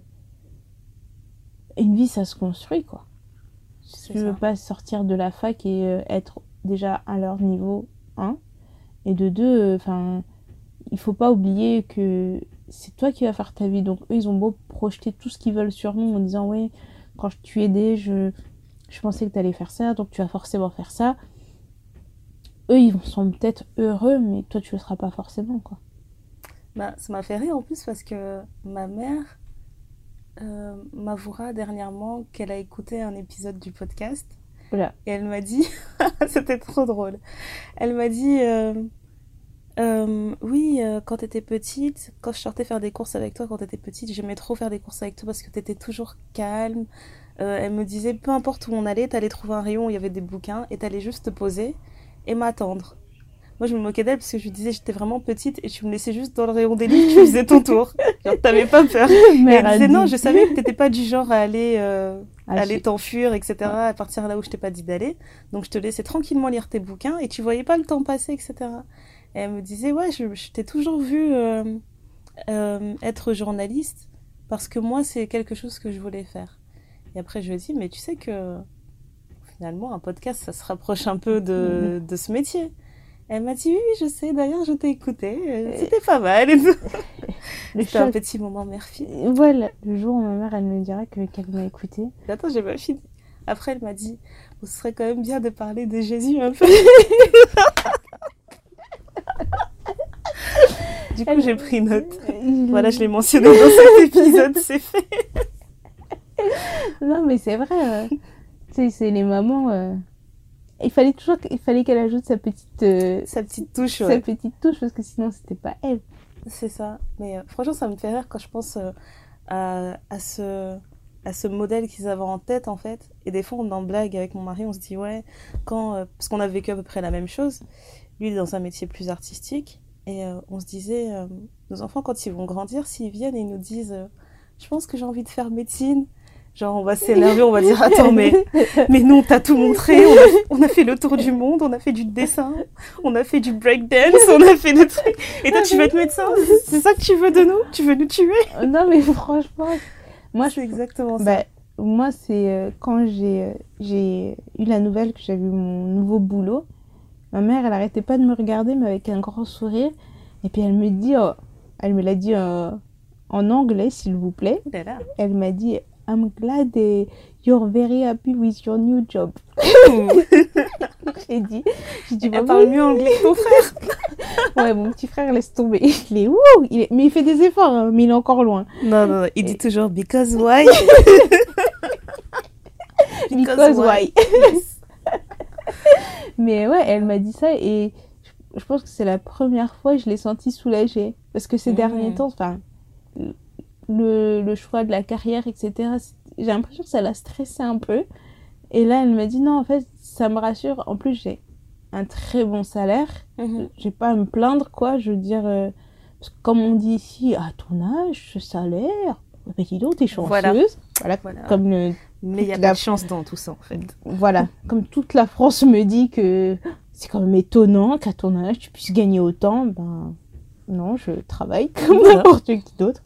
une vie, ça se construit, quoi. C'est Je veux ça. pas sortir de la fac et être déjà à leur niveau, 1. Et de 2, il faut pas oublier que c'est toi qui vas faire ta vie. Donc eux, ils ont beau projeter tout ce qu'ils veulent sur nous en disant, ouais, quand tu aidais, je pensais que tu allais faire ça, donc tu vas forcément faire ça. Eux, ils sont peut-être heureux, mais toi, tu le seras pas forcément, quoi. Bah, ça m'a fait rire en plus parce que ma mère m'avouera dernièrement qu'elle a écouté un épisode du podcast Voilà. et elle m'a dit, c'était trop drôle, elle m'a dit, oui, quand t'étais petite, quand je sortais faire des courses avec toi quand t'étais petite, j'aimais trop faire des courses avec toi parce que t'étais toujours calme. Elle me disait, peu importe où on allait, t'allais trouver un rayon où il y avait des bouquins et t'allais juste te poser et m'attendre. Moi, je me moquais d'elle parce que je lui disais j'étais vraiment petite et tu me laissais juste dans le rayon des livres, tu faisais ton tour. Genre, t'avais pas peur. Et elle disait non, je savais que t'étais pas du genre à aller t'enfuir, etc., à partir là où je t'ai pas dit d'aller. Donc, je te laissais tranquillement lire tes bouquins et tu voyais pas le temps passer, etc. Et elle me disait ouais, je t'ai toujours vu être journaliste parce que moi, c'est quelque chose que je voulais faire. Et après, je lui ai dit mais tu sais que finalement, un podcast, ça se rapproche un peu de ce métier. Elle m'a dit oui, je sais, d'ailleurs je t'ai écouté, c'était pas mal et tout. C'était un petit moment mère-fille. Voilà, le jour où ma mère elle me dira qu'elle m'a écouté. Attends, j'ai pas fini. Après elle m'a dit, ce serait quand même bien de parler de Jésus un peu. Du coup j'ai pris note. Voilà, je l'ai mentionné dans cet épisode, c'est fait. Non mais c'est vrai, tu sais, c'est les mamans... Il fallait qu'elle ajoute sa petite touche, sa petite touche parce que sinon c'était pas elle. C'est ça. Mais franchement, ça me fait rire quand je pense à ce modèle qu'ils avaient en tête en fait. Et des fois, on en blague avec mon mari, on se dit ouais, parce qu'on a vécu à peu près la même chose. Lui, il est dans un métier plus artistique. Et on se disait, nos enfants, quand ils vont grandir, s'ils viennent et ils nous disent je pense que j'ai envie de faire médecine. Genre, on va s'énerver, on va dire attends, mais nous, on t'a tout montré, on a fait le tour du monde, on a fait du dessin, on a fait du breakdance, on a fait des trucs. Et toi, tu veux être médecin? C'est ça que tu veux de nous? Tu veux nous tuer? Non, mais franchement, moi, c'est exactement ça. Moi, c'est quand j'ai eu la nouvelle que j'avais eu mon nouveau boulot, ma mère, elle arrêtait pas de me regarder, mais avec un grand sourire. Et puis, elle me dit, elle me l'a dit en anglais, s'il vous plaît. Voilà. Elle m'a dit, I'm glad you're very happy with your new job. j'ai dit elle parle mieux anglais que ton frère. Ouais, mon petit frère, laisse tomber. Mais il fait des efforts, hein, mais il est encore loin. Non, il dit toujours because why. because why. Yes. Mais ouais, elle m'a dit ça et je pense que c'est la première fois que je l'ai sentie soulagée. Parce que ces derniers temps, le choix de la carrière, etc., j'ai l'impression que ça l'a stressé un peu. Et là, elle m'a dit non, en fait, ça me rassure. En plus, j'ai un très bon salaire. J'ai pas à me plaindre, quoi. Je veux dire, Parce que comme on dit ici, à ton âge, ce salaire, bah, dis donc, t'es chanceuse. Voilà. Comme mais il n'y a pas de chance dans tout ça, en fait. Voilà, comme toute la France me dit que c'est quand même étonnant qu'à ton âge, tu puisses gagner autant, ben non, je travaille comme n'importe qui d'autre.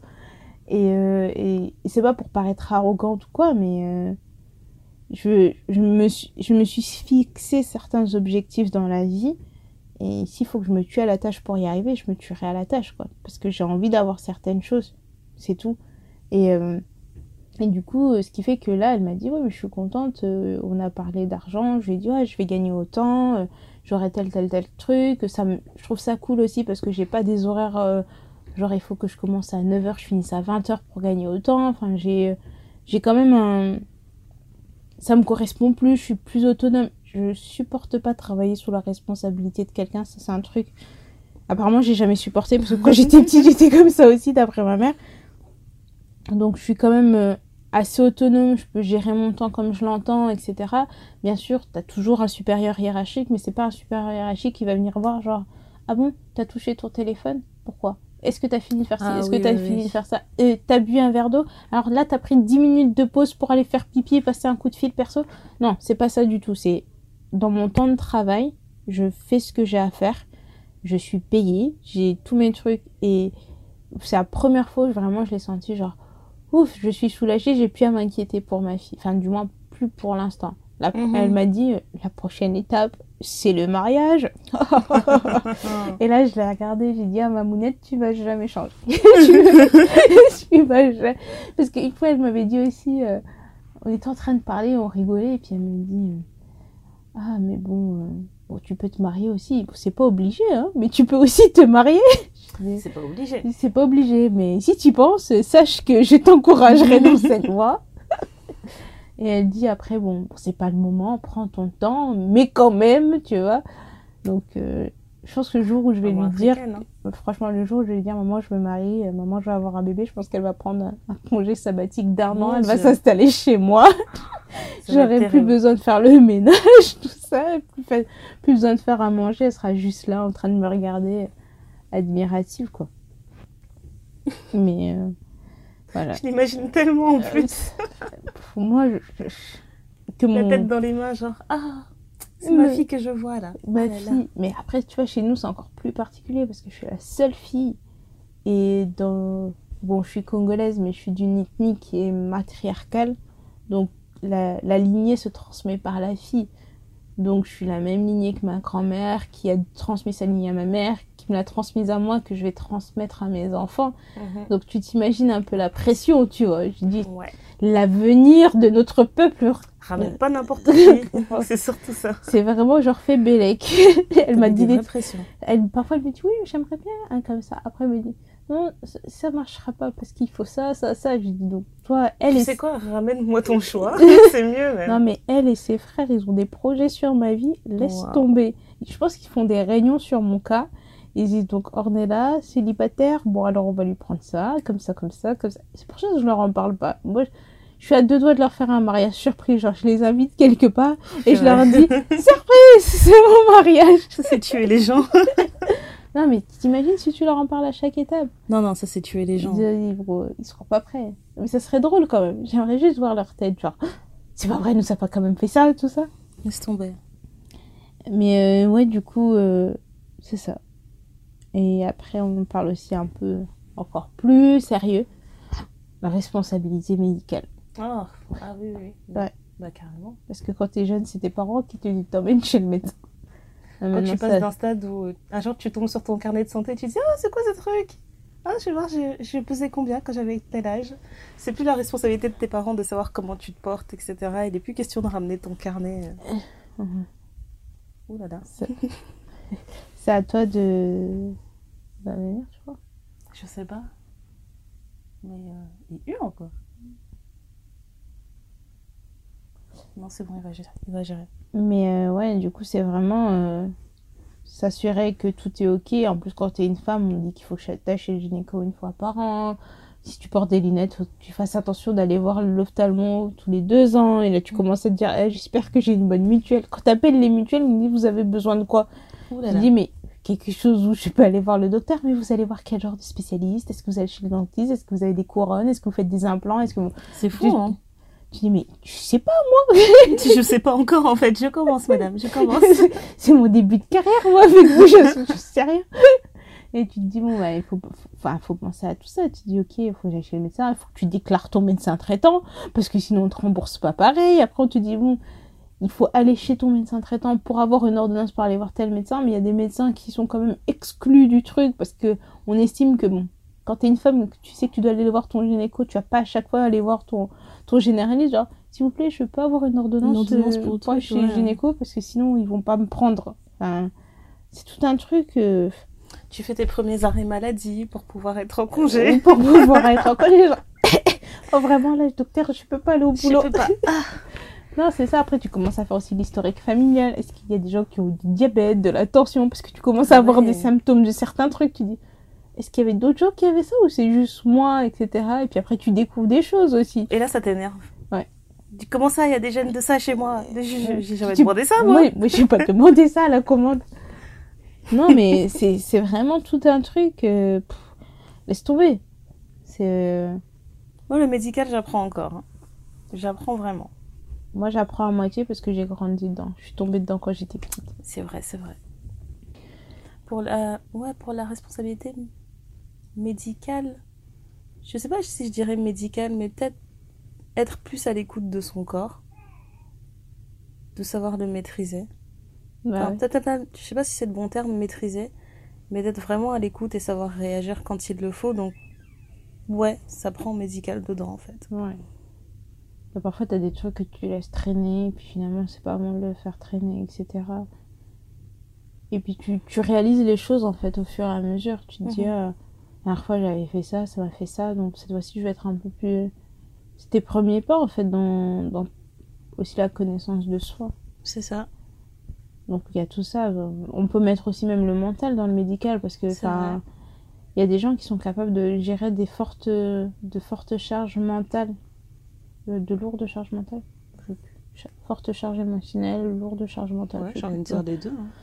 Et c'est pas pour paraître arrogante ou quoi, mais je me suis fixé certains objectifs dans la vie. Et s'il faut que je me tue à la tâche pour y arriver, je me tuerai à la tâche, quoi. Parce que j'ai envie d'avoir certaines choses. C'est tout. Et du coup, ce qui fait que là, elle m'a dit, ouais, mais je suis contente. On a parlé d'argent. Je lui ai dit, ouais, je vais gagner autant. J'aurai tel truc. Je trouve ça cool aussi parce que j'ai pas des horaires... genre, il faut que je commence à 9h, je finisse à 20h pour gagner autant. Enfin, j'ai quand même un... Ça me correspond plus, je suis plus autonome. Je supporte pas travailler sous la responsabilité de quelqu'un, ça c'est un truc. Apparemment, j'ai jamais supporté parce que quand j'étais petite, j'étais comme ça aussi d'après ma mère. Donc, je suis quand même assez autonome, je peux gérer mon temps comme je l'entends, etc. Bien sûr, t'as toujours un supérieur hiérarchique, mais c'est pas un supérieur hiérarchique qui va venir voir genre, ah bon, t'as touché ton téléphone? Pourquoi? Est-ce que t'as fini de faire ça? Est-ce que t'as fini de faire ça? T'as bu un verre d'eau? Alors là, t'as pris 10 minutes de pause pour aller faire pipi et passer un coup de fil perso? Non, c'est pas ça du tout. C'est dans mon temps de travail, je fais ce que j'ai à faire. Je suis payée, j'ai tous mes trucs et c'est la première fois où vraiment je l'ai senti genre, ouf, je suis soulagée, j'ai plus à m'inquiéter pour ma fille. Enfin, du moins, plus pour l'instant. Elle m'a dit, la prochaine étape, c'est le mariage. Et là, je l'ai regardée, j'ai dit, ah, Mamounette, tu vas jamais changer. Tu vas jamais... Parce qu'une fois, elle m'avait dit aussi, on était en train de parler, on rigolait, et puis elle me dit, ah, mais bon, tu peux te marier aussi. C'est pas obligé, hein, mais tu peux aussi te marier. C'est pas obligé. C'est pas obligé, mais si tu y penses, sache que je t'encouragerai dans cette voie. Et elle dit après, bon, c'est pas le moment, prends ton temps, mais quand même, tu vois. Donc, je pense que le jour où je vais lui dire, franchement, le jour où je vais lui dire, maman, je me marie, maman, je vais avoir un bébé, je pense qu'elle va prendre un congé sabbatique d'1 an, elle va s'installer chez moi. J'aurai plus besoin de faire le ménage, tout ça, plus besoin de faire à manger, elle sera juste là, en train de me regarder, admirative, quoi. Mais... voilà. Je l'imagine tellement en plus. Pour moi, la tête dans les mains, genre, ah, c'est ma fille que je vois là. Ma fille. Mais après, tu vois, chez nous, c'est encore plus particulier parce que je suis la seule fille. Et bon, je suis congolaise, mais je suis d'une ethnie qui est matriarcale. Donc, la lignée se transmet par la fille. Donc, je suis la même lignée que ma grand-mère, qui a transmis sa lignée à ma mère, qui me l'a transmise à moi, que je vais transmettre à mes enfants. Donc, tu t'imagines un peu la pression, tu vois. Je dis, l'avenir de notre peuple... Ramène pas n'importe qui, c'est surtout ça. C'est vraiment genre fait Bélec. Elle m'a dit... Parfois, elle me dit, oui, j'aimerais bien un comme ça. Après, elle me dit, non, ça marchera pas parce qu'il faut ça. Je dis, donc, toi, tu sais quoi, ramène-moi ton choix, c'est mieux même. Non, mais elle et ses frères, ils ont des projets sur ma vie, laisse tomber. Je pense qu'ils font des réunions sur mon cas. Ils disent donc, Ornella, célibataire, bon, alors on va lui prendre ça, comme ça. C'est pour ça que je leur en parle pas. Moi, je suis à 2 doigts de leur faire un mariage surprise, genre je les invite quelque part et je leur dis, surprise, c'est mon mariage. Ça, c'est tuer les gens. Non, mais t'imagines si tu leur en parles à chaque étape? Non, ça c'est tuer les gens. Ils seront pas prêts. Mais ça serait drôle quand même. J'aimerais juste voir leur tête, genre, c'est pas vrai, nous ça pas quand même fait ça, tout ça. Laisse tomber. Mais ouais, du coup, c'est ça. Et après, on parle aussi un peu, encore plus sérieux, la responsabilité médicale. Ah oui. Ouais. Bah carrément. Parce que quand t'es jeune, c'est tes parents qui te t'emmènent chez le médecin. Quand tu passes d'un stade où un jour tu tombes sur ton carnet de santé, tu te dis ah c'est quoi ce truc? Ah je vais voir, je pesais combien quand j'avais tel âge. C'est plus la responsabilité de tes parents de savoir comment tu te portes, etc. Il n'est plus question de ramener ton carnet. Ouh là là. C'est à toi de venir, je crois. Je sais pas. Mais il hurle encore. Non, c'est bon, il va gérer. Mais ouais, du coup, c'est vraiment s'assurer que tout est ok. En plus, quand t'es une femme, on dit qu'il faut que t'ailles chez le gynéco 1 fois par an. Si tu portes des lunettes, faut que tu fasses attention d'aller voir l'ophtalmo tous les 2 ans. Et là, tu commences à te dire, j'espère que j'ai une bonne mutuelle. Quand t'appelles les mutuelles, ils me disent, vous avez besoin de quoi? Je dis, mais quelque chose où je peux aller voir le docteur, mais vous allez voir quel genre de spécialiste? Est-ce que vous allez chez le dentiste? Est-ce que vous avez des couronnes? Est-ce que vous faites des implants? Est-ce que vous... C'est fou, hein. Tu dis, mais je sais pas, Je sais pas encore, en fait. Je commence, madame, je commence. c'est mon début de carrière, moi, avec vous, je sais rien. Et tu te dis, bon, bah, faut penser à tout ça. Tu te dis, ok, il faut que j'aille chez le médecin, il faut que tu déclares ton médecin traitant, parce que sinon on te rembourse pas pareil. Après, on te dit, bon, il faut aller chez ton médecin traitant pour avoir une ordonnance pour aller voir tel médecin, mais il y a des médecins qui sont quand même exclus du truc, parce que on estime que, bon, quand t'es une femme, tu sais que tu dois aller voir ton gynéco, tu vas pas à chaque fois aller voir ton généraliste, genre, s'il vous plaît, je peux pas avoir une ordonnance pour chez le gynéco, parce que sinon ils vont pas me prendre. Enfin, c'est tout un truc. Tu fais tes premiers arrêts maladie pour pouvoir être en congé. Pour pouvoir être en congé. Genre... oh, vraiment, là, docteur, je peux pas aller au boulot. Je peux pas. Non, c'est ça. Après, tu commences à faire aussi l'historique familial. Est-ce qu'il y a des gens qui ont du diabète, de la tension? Parce que tu commences à avoir des symptômes de certains trucs. Tu dis, est-ce qu'il y avait d'autres gens qui avaient ça ou c'est juste moi, etc. Et puis après, tu découvres des choses aussi. Et là, ça t'énerve. Ouais. Comment ça, il y a des gènes de ça chez moi? J'ai jamais demandé ça, moi. Oui, j'ai pas demandé ça à la commande. Non, mais c'est vraiment tout un truc. Laisse tomber. Moi, le médical, j'apprends encore. Hein. J'apprends vraiment. Moi, j'apprends à moitié parce que j'ai grandi dedans. Je suis tombée dedans quand j'étais petite. C'est vrai, c'est vrai. Pour la responsabilité médicale, je sais pas si je dirais médicale, mais peut-être être plus à l'écoute de son corps, de savoir le maîtriser. Bah, ouais. Peut-être, je sais pas si c'est le bon terme, maîtriser, mais d'être vraiment à l'écoute et savoir réagir quand il le faut. Donc, ouais, ça prend médical dedans, en fait. Ouais. Bah, parfois, t'as des trucs que tu laisses traîner, et puis finalement, c'est pas bon de le faire traîner, etc. Et puis, tu réalises les choses, en fait, au fur et à mesure. Tu te dis, la dernière fois, j'avais fait ça m'a fait ça, donc cette fois-ci, je vais être un peu plus... C'est tes premiers pas, en fait, dans aussi la connaissance de soi. C'est ça. Donc il y a tout ça. On peut mettre aussi même le mental dans le médical parce que il y a des gens qui sont capables de gérer de fortes charges mentales, de lourdes charges mentales. Fortes charges émotionnelles, lourdes charges mentales. Ouais, j'ai envie de dire les deux. Hein.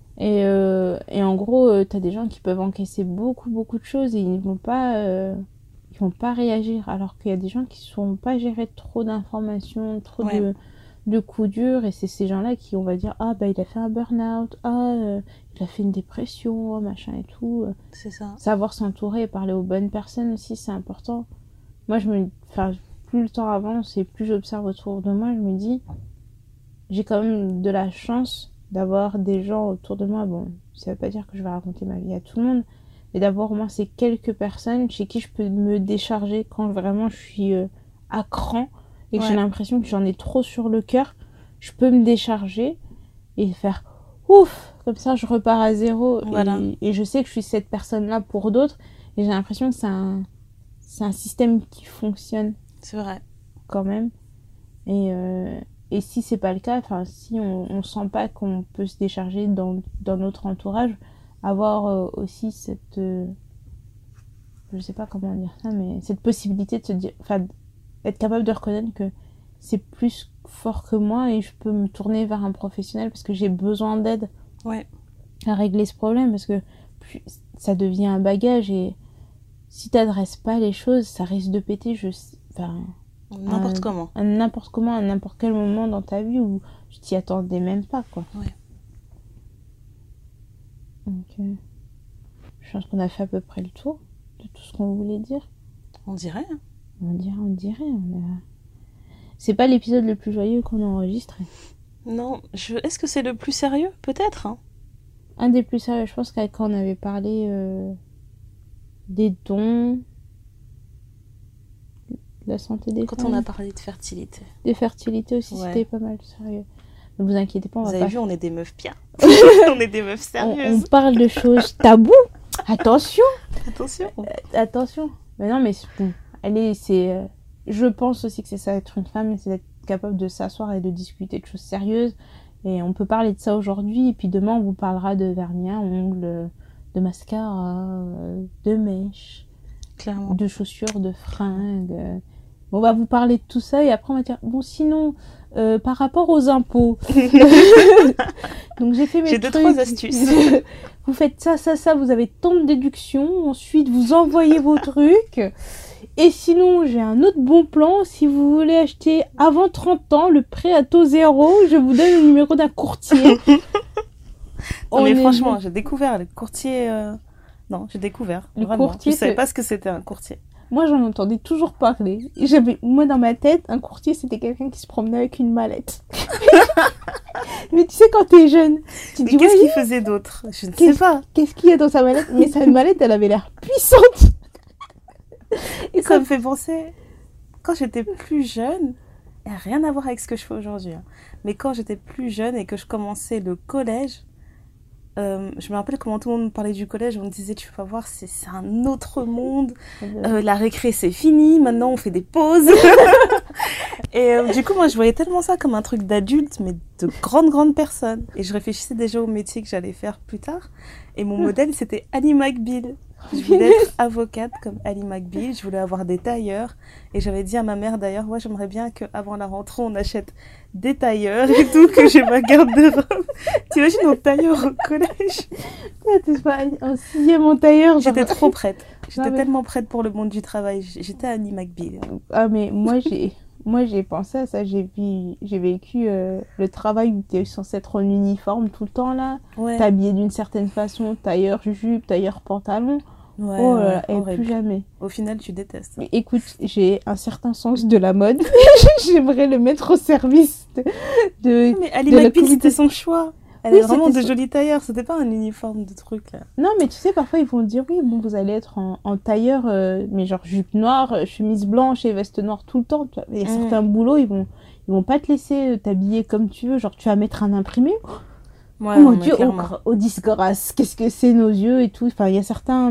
Et en gros, t'as des gens qui peuvent encaisser beaucoup de choses et ils vont pas réagir. Alors qu'il y a des gens qui ne sont pas gérés trop d'informations, trop de coups durs, et c'est ces gens-là qui, on va dire, ah bah il a fait un burn-out, il a fait une dépression, machin et tout. C'est ça. Savoir s'entourer et parler aux bonnes personnes aussi, c'est important. Moi, plus le temps avance et plus j'observe autour de moi, je me dis, j'ai quand même de la chance d'avoir des gens autour de moi. Bon, ça veut pas dire que je vais raconter ma vie à tout le monde, mais d'avoir au moins ces quelques personnes chez qui je peux me décharger quand vraiment je suis à cran et que j'ai l'impression que j'en ai trop sur le cœur. Je peux me décharger et faire ouf, comme ça je repars à zéro. Voilà. Et je sais que je suis cette personne-là pour d'autres et j'ai l'impression que c'est un système qui fonctionne. C'est vrai. Quand même. Et si c'est pas le cas, enfin si on sent pas qu'on peut se décharger dans notre entourage, avoir aussi cette je sais pas comment dire ça, mais cette possibilité de se dire, enfin être capable de reconnaître que c'est plus fort que moi et je peux me tourner vers un professionnel parce que j'ai besoin d'aide à régler ce problème, parce que ça devient un bagage et si t'adresses pas les choses, ça risque de péter n'importe comment. À n'importe quel moment dans ta vie où tu t'y attendais même pas, quoi. Ouais. Donc, je pense qu'on a fait à peu près le tour de tout ce qu'on voulait dire. On dirait. Hein. On dirait. C'est pas l'épisode le plus joyeux qu'on a enregistré. Non, est-ce que c'est le plus sérieux? Peut-être. Hein. Un des plus sérieux, je pense quand on avait parlé des dons, de la santé des femmes. Quand on a parlé de fertilité. De fertilité aussi, c'était pas mal sérieux. Ne vous inquiétez pas, vous avez vu, on est des meufs bien. On est des meufs sérieuses. On parle de choses taboues. Attention. Attention. Mais non, mais bon, je pense aussi que c'est ça être une femme, c'est d'être capable de s'asseoir et de discuter de choses sérieuses. Et on peut parler de ça aujourd'hui, et puis demain on vous parlera de vernis à ongles, de mascara, de mèches, clairement, de chaussures, de fringues. On va vous parler de tout ça et après on va dire bon sinon par rapport aux impôts. Donc j'ai fait mes J'ai trucs. 2-3 astuces. Vous faites ça, vous avez tant de déductions. Ensuite vous envoyez vos trucs. Et sinon j'ai un autre bon plan. Si vous voulez acheter avant 30 ans, le prêt à taux zéro, je vous donne le numéro d'un courtier. Non, mais franchement, j'ai découvert le courtier. Non, j'ai découvert. Le vraiment. courtier, Je savais pas ce que c'était un courtier. Moi, j'en entendais toujours parler. Moi, dans ma tête, un courtier, c'était quelqu'un qui se promenait avec une mallette. Mais tu sais, quand t'es jeune, tu Mais dis, qu'est-ce qu'il faisait d'autre? Je ne sais pas. Qu'est-ce qu'il y a dans sa mallette? Mais sa mallette, elle avait l'air puissante. Et ça me fait penser, quand j'étais plus jeune, il n'y a rien à voir avec ce que je fais aujourd'hui, hein. Mais quand j'étais plus jeune et que je commençais le collège, je me rappelle comment tout le monde me parlait du collège. On me disait, tu vas voir, c'est un autre monde. La récré, c'est fini. Maintenant, on fait des pauses. Et du coup, moi, je voyais tellement ça comme un truc d'adulte, mais de grandes personnes. Et je réfléchissais déjà au métier que j'allais faire plus tard. Et mon modèle, c'était Ally McBeal. Je voulais être avocate comme Ally McBeal. Je voulais avoir des tailleurs. Et j'avais dit à ma mère, d'ailleurs, ouais, j'aimerais bien qu'avant la rentrée, on achète des tailleurs et tout, que j'ai ma garde-robe. T'imagines mon tailleur au collège? T'es pas en 6e en tailleur. J'étais trop prête. J'étais mais... tellement prête pour le monde du travail. J'étais Ally McBeal. Ah, mais moi, j'ai pensé à ça. J'ai vécu le travail où t'es censé être en uniforme tout le temps, là. Ouais. T'es habillé d'une certaine façon, tailleur jupe, tailleur pantalon. Ouais, oh là là, et horrible. plus jamais. Au final, tu détestes. Mais écoute, j'ai un certain sens de la mode. J'aimerais le mettre au service de mais Ally McBeal, c'était son choix. Elle oui, avait vraiment de jolis tailleurs. C'était pas un uniforme de truc, là. Non, mais tu sais, parfois, ils vont dire, oui, bon, vous allez être en tailleur, mais genre jupe noire, chemise blanche et veste noire tout le temps. Il y a certains boulots, ils vont pas te laisser t'habiller comme tu veux. Genre, tu vas mettre un imprimé. Ouais, oh mon Dieu, au disgrâce, qu'est-ce que c'est nos yeux et tout. Enfin, il y a certains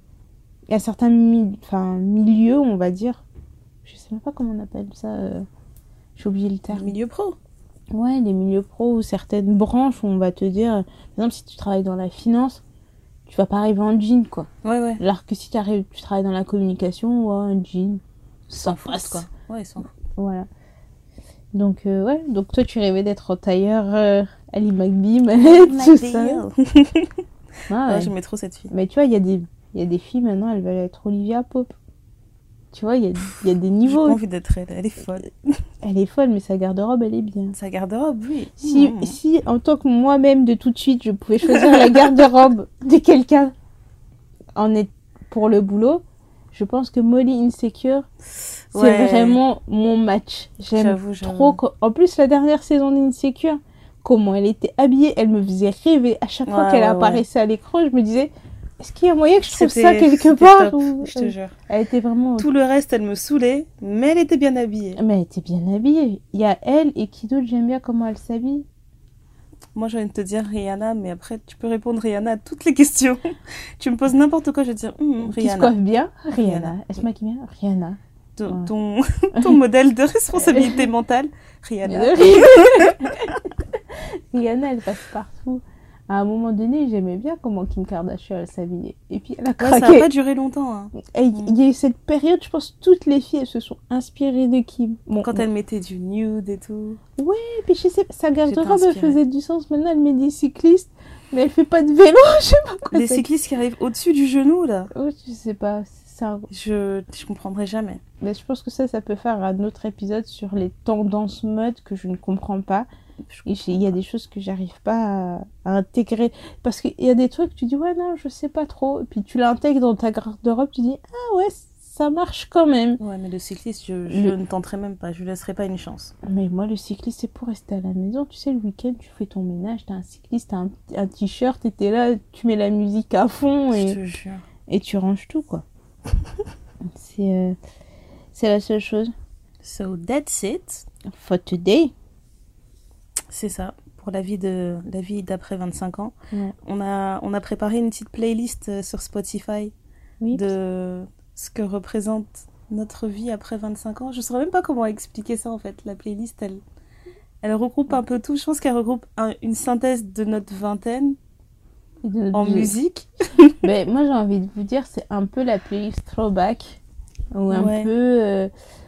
milieux, on va dire. Je sais même pas comment on appelle ça. J'ai oublié le terme. Milieu pro. Ouais, les milieux pro ou certaines branches où on va te dire, par exemple, si tu travailles dans la finance, tu vas pas arriver en jean, quoi. Ouais. Alors que si tu travailles dans la communication, ouais, un jean, sans face, quoi. Ouais, sans. Voilà. Donc, ouais, donc toi, tu rêvais d'être en tailleur Ally McBeal, tout ça. Ouais, j'aimais trop cette fille. Mais tu vois, il y a des filles maintenant, elles veulent être Olivia Pope. Tu vois, il y a des niveaux. J'ai pas envie d'être elle est folle. Elle est folle, mais sa garde-robe, elle est bien. Sa garde-robe, oui. Si en tant que moi-même, de tout de suite, je pouvais choisir la garde-robe de quelqu'un pour le boulot, je pense que Molly Insecure, c'est vraiment mon match. J'aime trop. En plus, la dernière saison d'Insecure, comment elle était habillée, elle me faisait rêver. À chaque fois qu'elle apparaissait à l'écran, je me disais... Est-ce qu'il y a moyen que je trouve ça quelque part je te jure. Elle était vraiment... Tout le reste, elle me saoulait, mais elle était bien habillée. Mais elle était bien habillée. Il y a elle et qui d'autre, j'aime bien comment elle s'habille. Moi, j'ai envie de te dire Rihanna, mais après, tu peux répondre Rihanna à toutes les questions. Tu me poses n'importe quoi, je vais te dire Rihanna. Qui se coiffe bien? Rihanna. Elle se maquille bien? Rihanna. Ton modèle de responsabilité mentale, Rihanna. Rihanna, elle passe partout. À un moment donné, j'aimais bien comment Kim Kardashian elle s'habillait. Et puis elle a craqué. Ça n'a pas duré longtemps. Hein. Il y a eu cette période, je pense, toutes les filles, elles se sont inspirées de Kim. Quand elle mettait du nude et tout. Ouais, puis je sais, sa garde-robe, elle faisait du sens. Maintenant, elle met des cyclistes, mais elle fait pas de vélo, je sais pas quoi. Les cyclistes qui arrivent au-dessus du genou, là. Oh, je sais pas. Ça... Je comprendrai jamais. Mais je pense que ça peut faire un autre épisode sur les tendances mode que je ne comprends pas. Il y a des choses que j'arrive pas à intégrer parce qu'il y a des trucs tu dis ouais non je sais pas trop et puis tu l'intègres dans ta garde-robe tu dis ah ouais ça marche quand même. Ouais mais le cycliste je ne tenterai même pas, je lui laisserai pas une chance. Mais moi le cycliste c'est pour rester à la maison, tu sais le week-end tu fais ton ménage, t'as un cycliste, t'as un t-shirt et t'es là, tu mets la musique à fond je te jure. Et tu ranges tout quoi. C'est la seule chose. So that's it for today. C'est ça, pour la vie d'après 25 ans. Ouais. On a préparé une petite playlist sur Spotify de ce que représente notre vie après 25 ans. Je ne saurais même pas comment expliquer ça en fait. La playlist, elle regroupe un peu tout. Je pense qu'elle regroupe une synthèse de notre vingtaine en musique. Mais moi j'ai envie de vous dire, c'est un peu la playlist throwback. Ou un peu...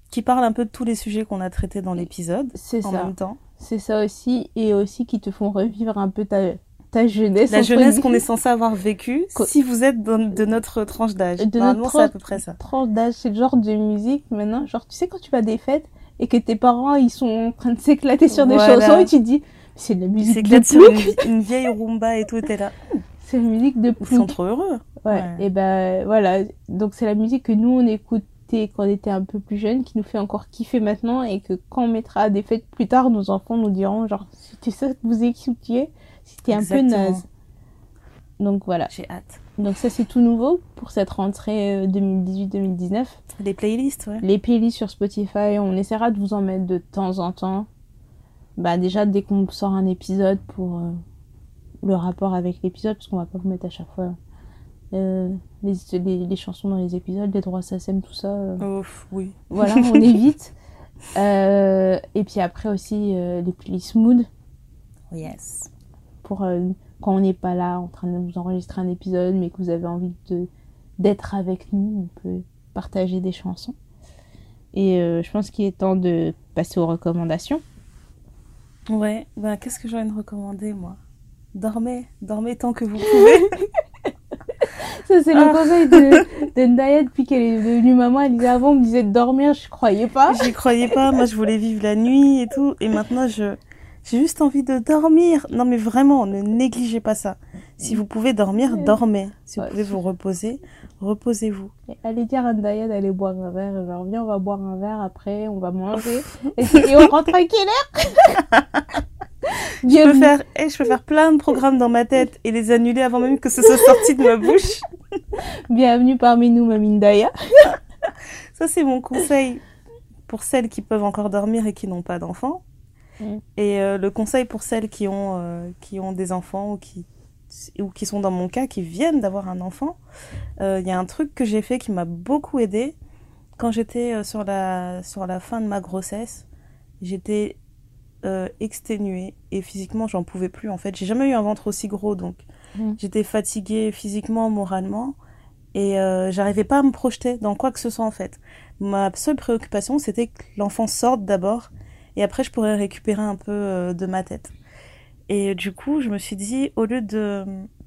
qui parlent un peu de tous les sujets qu'on a traités dans l'épisode C'est en ça. même temps. C'est ça aussi, et aussi qui te font revivre un peu ta jeunesse. La jeunesse entre qu'on est censé avoir vécue si vous êtes de notre tranche d'âge. de Normalement, notre c'est à peu près ça. tranche d'âge. C'est le genre de musique maintenant, genre tu sais quand tu vas à des fêtes et que tes parents ils sont en train de s'éclater sur des Voilà. chansons et tu te dis c'est de la Ils musique de s'éclatent sur plouc, une vieille rumba et tout, et t'es là. c'est la musique de Ils sont plouc. trop heureux. Ouais. Et ben voilà, donc c'est la musique que nous on écoutait quand on était un peu plus jeunes, qui nous fait encore kiffer maintenant, et que quand on mettra à des fêtes plus tard, nos enfants nous diront genre c'était ça que vous écoutiez, c'était un peu naze. Donc voilà. J'ai hâte. Donc ça c'est tout nouveau pour cette rentrée 2018-2019. Les playlists, ouais. Les playlists sur Spotify, on essaiera de vous en mettre de temps en temps. Bah déjà dès qu'on sort un épisode pour le rapport avec l'épisode, parce qu'on va pas vous mettre à chaque fois les chansons dans les épisodes, les droits SACEM, tout ça. Oui. Voilà, on évite. Et puis après aussi les playlists mood. Yes. Pour quand on n'est pas là en train de vous enregistrer un épisode, mais que vous avez envie d'être avec nous, on peut partager des chansons. Et je pense qu'il est temps de passer aux recommandations. Ouais, bah qu'est-ce que j'aurais à recommander, moi? Dormez tant que vous pouvez. Ça, c'est le conseil de Ndaya depuis qu'elle est devenue maman. Elle disait avant, on me disait de dormir, je croyais pas. J'y croyais pas, moi je voulais vivre la nuit et tout. Et maintenant, j'ai juste envie de dormir. Non mais vraiment, ne négligez pas ça. Si vous pouvez dormir, dormez. Si vous pouvez vous reposer, reposez-vous. Allez dire à Ndaya d'aller boire un verre. Genre, viens, on va boire un verre, après on va manger. et on rentre à quelle heure? Je peux faire plein de programmes dans ma tête et les annuler avant même que ce soit sorti de ma bouche. Bienvenue parmi nous, Mamie Ndaya. Ça, c'est mon conseil pour celles qui peuvent encore dormir et qui n'ont pas d'enfants. Et le conseil pour celles qui ont des enfants ou qui sont dans mon cas, qui viennent d'avoir un enfant. Il y a un truc que j'ai fait qui m'a beaucoup aidée. Quand j'étais sur la fin de ma grossesse, j'étais exténuée et physiquement j'en pouvais plus en fait. J'ai jamais eu un ventre aussi gros, donc j'étais fatiguée physiquement, moralement, et j'arrivais pas à me projeter dans quoi que ce soit en fait. Ma seule préoccupation c'était que l'enfant sorte d'abord et après je pourrais récupérer un peu de ma tête. Et du coup je me suis dit au lieu de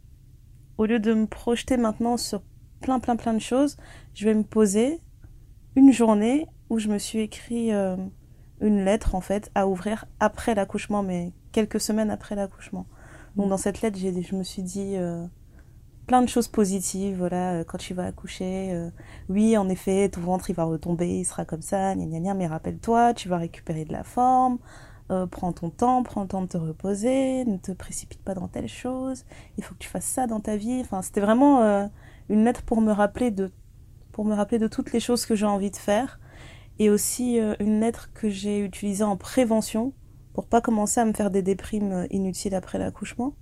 me projeter maintenant sur plein de choses, je vais me poser une journée où je me suis écrit une lettre en fait à ouvrir après l'accouchement, mais quelques semaines après l'accouchement. Donc dans cette lettre, je me suis dit plein de choses positives. Voilà, quand tu vas accoucher, oui, en effet, ton ventre il va retomber, il sera comme ça, gna gna gna, mais rappelle-toi, tu vas récupérer de la forme. Prends ton temps de te reposer, ne te précipite pas dans telle chose. Il faut que tu fasses ça dans ta vie. Enfin, c'était vraiment une lettre pour me rappeler de toutes les choses que j'ai envie de faire. Et aussi une lettre que j'ai utilisée en prévention pour pas commencer à me faire des déprimes inutiles après l'accouchement.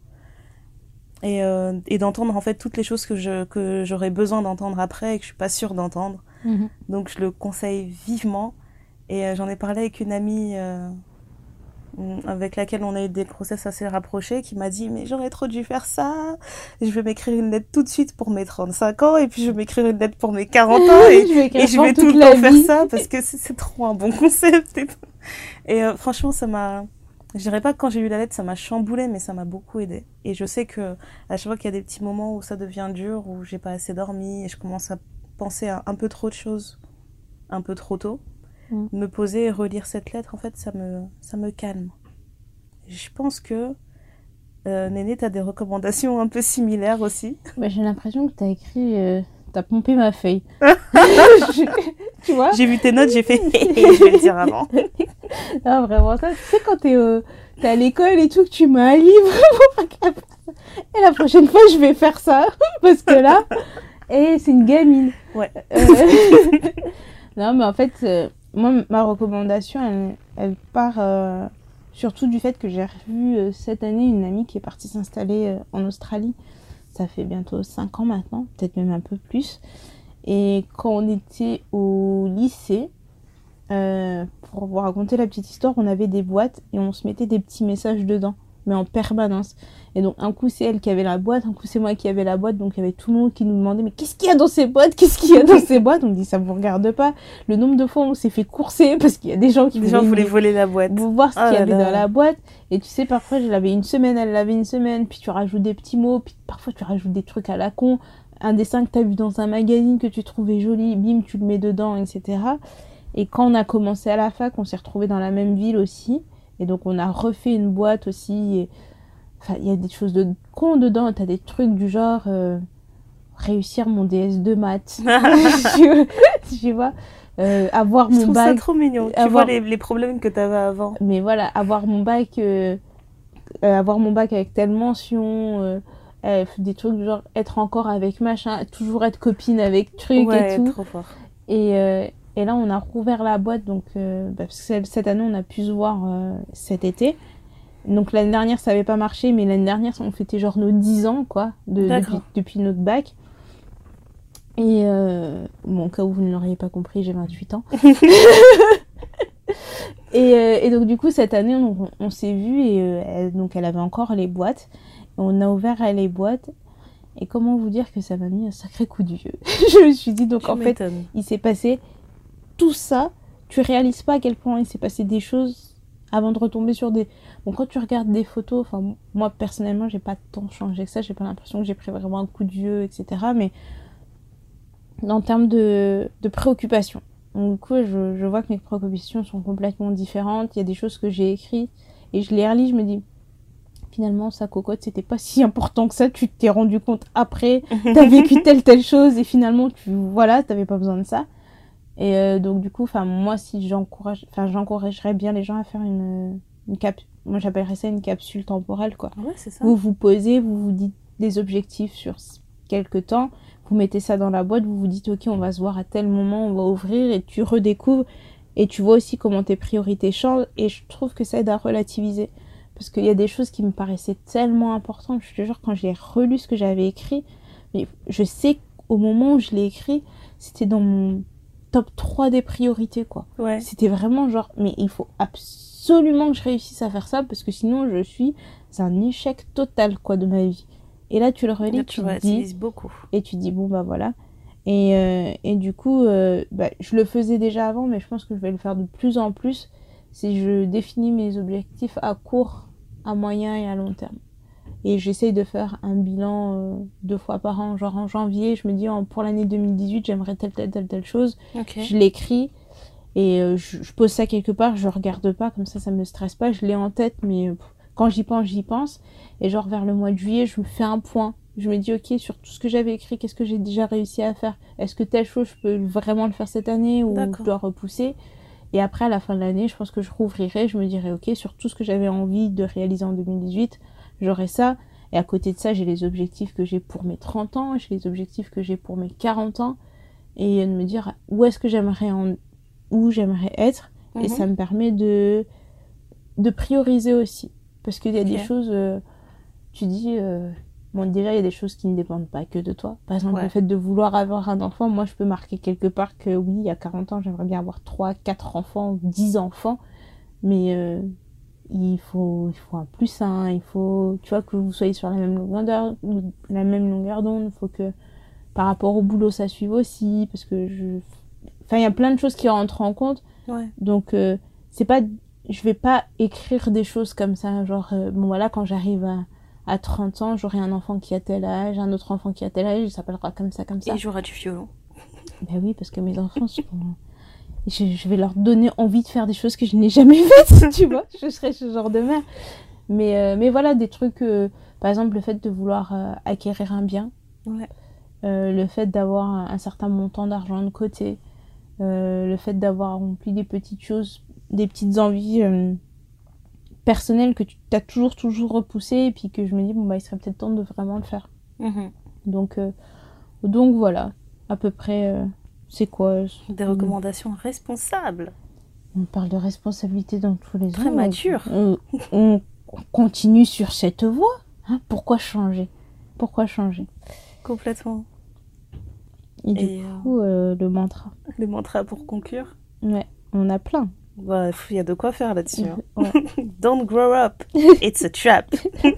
Et d'entendre en fait toutes les choses que j'aurais besoin d'entendre après et que je suis pas sûre d'entendre. Donc je le conseille vivement. Et j'en ai parlé avec une amie avec laquelle on a eu des process assez rapprochés, qui m'a dit mais j'aurais trop dû faire ça, je vais m'écrire une lettre tout de suite pour mes 35 ans et puis je vais m'écrire une lettre pour mes 40 ans et je vais tout le temps faire ça parce que c'est trop un bon concept et franchement je dirais pas que quand j'ai eu la lettre ça m'a chamboulé, mais ça m'a beaucoup aidé. Et je sais que à chaque fois qu'il y a des petits moments où ça devient dur, où j'ai pas assez dormi et je commence à penser à un peu trop de choses un peu trop tôt, me poser et relire cette lettre, en fait, ça me calme. Je pense que Néné, t'as des recommandations un peu similaires aussi. Bah, j'ai l'impression que t'as écrit... t'as pompé ma feuille. Tu vois? J'ai vu tes notes, j'ai fait je vais le dire avant. Non, vraiment, ça, tu sais, quand t'es à l'école et tout, que tu mets un livre, et la prochaine fois, je vais faire ça, parce que là, c'est une gamine. Ouais. Non, mais en fait, moi, ma recommandation, elle part surtout du fait que j'ai revu cette année une amie qui est partie s'installer en Australie. Ça fait bientôt 5 ans maintenant, peut-être même un peu plus. Et quand on était au lycée, pour vous raconter la petite histoire, on avait des boîtes et on se mettait des petits messages dedans. mais en permanence. Et donc, un coup, c'est elle qui avait la boîte, un coup, c'est moi qui avait la boîte. Donc, il y avait tout le monde qui nous demandait, mais qu'est-ce qu'il y a dans ces boîtes? Qu'est-ce qu'il y a dans ces boîtes? On dit, ça vous regarde pas. Le nombre de fois où on s'est fait courser parce qu'il y a des gens qui voulaient voler la boîte. Pour voir ce qu'il y avait dans la boîte. Et tu sais, parfois, je l'avais une semaine, elle l'avait une semaine. Puis tu rajoutes des petits mots. Puis parfois, tu rajoutes des trucs à la con. Un dessin que t'as vu dans un magazine que tu trouvais joli, bim, tu le mets dedans, etc. Et quand on a commencé à la fac, on s'est retrouvés dans la même ville aussi. Et donc, on a refait une boîte aussi. Et... Enfin, il y a des choses de con dedans. T'as des trucs du genre réussir mon DS2 maths. Tu vois, avoir mon bac. Je trouve ça trop mignon. Tu vois les problèmes que t'avais avant. Mais voilà, avoir mon bac avec telle mention. Des trucs du genre être encore avec machin, toujours être copine avec truc et tout. Trop fort. Et là, on a rouvert la boîte. Donc, parce que cette année, on a pu se voir cet été. Donc l'année dernière ça avait pas marché, mais l'année dernière on fêtait genre nos 10 ans quoi depuis notre bac. Et bon, au cas où vous ne l'auriez pas compris, j'ai 28 ans. et donc du coup cette année on s'est vus et donc elle avait encore les boîtes. On a ouvert les boîtes et comment vous dire que ça m'a mis un sacré coup de vieux. Je me suis dit donc en fait il s'est passé tout ça, tu réalises pas à quel point il s'est passé des choses avant de retomber sur des... Bon, quand tu regardes des photos, enfin, moi, personnellement, j'ai pas tant changé que ça. J'ai pas l'impression que j'ai pris vraiment un coup de vieux, etc. Mais en termes de préoccupation. Donc, du coup, je vois que mes préoccupations sont complètement différentes. Il y a des choses que j'ai écrites et je les relis, je me dis... Finalement, sa cocotte, c'était pas si important que ça. Tu t'es rendu compte après. T'as vécu telle chose et finalement, t'avais pas besoin de ça. Et donc du coup, moi si j'encouragerais bien les gens à faire une moi j'appellerais ça une capsule temporelle quoi. Ouais, c'est ça. Vous vous posez, vous vous dites des objectifs sur quelques temps, vous mettez ça dans la boîte, vous vous dites ok on va se voir à tel moment, on va ouvrir et tu redécouvres et tu vois aussi comment tes priorités changent et je trouve que ça aide à relativiser parce qu'il y a des choses qui me paraissaient tellement importantes. Je te jure quand j'ai relu ce que j'avais écrit, mais je sais qu'au moment où je l'ai écrit, c'était dans mon top 3 des priorités quoi. Ouais. C'était vraiment genre mais il faut absolument que je réussisse à faire ça parce que sinon c'est un échec total quoi de ma vie. Et là tu le relis, tu relativises beaucoup. Et tu dis bon bah voilà. Et du coup je le faisais déjà avant mais je pense que je vais le faire de plus en plus si je définis mes objectifs à court, à moyen et à long terme. Et j'essaye de faire un bilan 2 fois par an. Genre en janvier, je me dis pour l'année 2018, j'aimerais telle chose. Okay. Je l'écris et je pose ça quelque part, je regarde pas, comme ça me stresse pas. Je l'ai en tête, mais quand j'y pense. Et genre vers le mois de juillet, je me fais un point. Je me dis ok, sur tout ce que j'avais écrit, qu'est-ce que j'ai déjà réussi à faire? Est-ce que telle chose, je peux vraiment le faire cette année ou je dois repousser? Et après, à la fin de l'année, je pense que je rouvrirai, je me dirai ok, sur tout ce que j'avais envie de réaliser en 2018, j'aurai ça. Et à côté de ça, j'ai les objectifs que j'ai pour mes 30 ans, j'ai les objectifs que j'ai pour mes 40 ans. Et de me dire où est-ce que où j'aimerais être. Et ça me permet de prioriser aussi. Parce qu'il y a des choses, tu dis, bon déjà il y a des choses qui ne dépendent pas que de toi. Par exemple, le fait de vouloir avoir un enfant, moi je peux marquer quelque part que oui, il y a 40 ans, j'aimerais bien avoir 3, 4 enfants, 10 enfants. Mais... il faut un plus un, il faut tu vois que vous soyez sur la même longueur d'onde, il faut que par rapport au boulot ça suive aussi parce que il y a plein de choses qui rentrent en compte. Donc c'est pas, je vais pas écrire des choses comme ça genre bon voilà quand j'arrive à 30 ans j'aurai un enfant qui a tel âge, un autre enfant qui a tel âge, il s'appellera comme ça et il jouera du violon. Ben oui parce que mes enfants sont je vais leur donner envie de faire des choses que je n'ai jamais faites, tu vois. Je serais ce genre de mère. Mais voilà, des trucs... par exemple, le fait de vouloir acquérir un bien. Le fait d'avoir un certain montant d'argent de côté. Le fait d'avoir rempli des petites choses, des petites envies personnelles que tu as toujours repoussées. Et puis que je me dis, bon, bah, il serait peut-être temps de vraiment le faire. Donc voilà, à peu près... c'est quoi des recommandations responsables. On parle de responsabilité dans tous les Très mature. On continue sur cette voie. Hein, pourquoi changer Complètement. Et du coup, le mantra. Le mantra pour conclure. Ouais, on a plein. Bah, il y a de quoi faire là-dessus. Hein. Ouais. Don't grow up, it's a trap.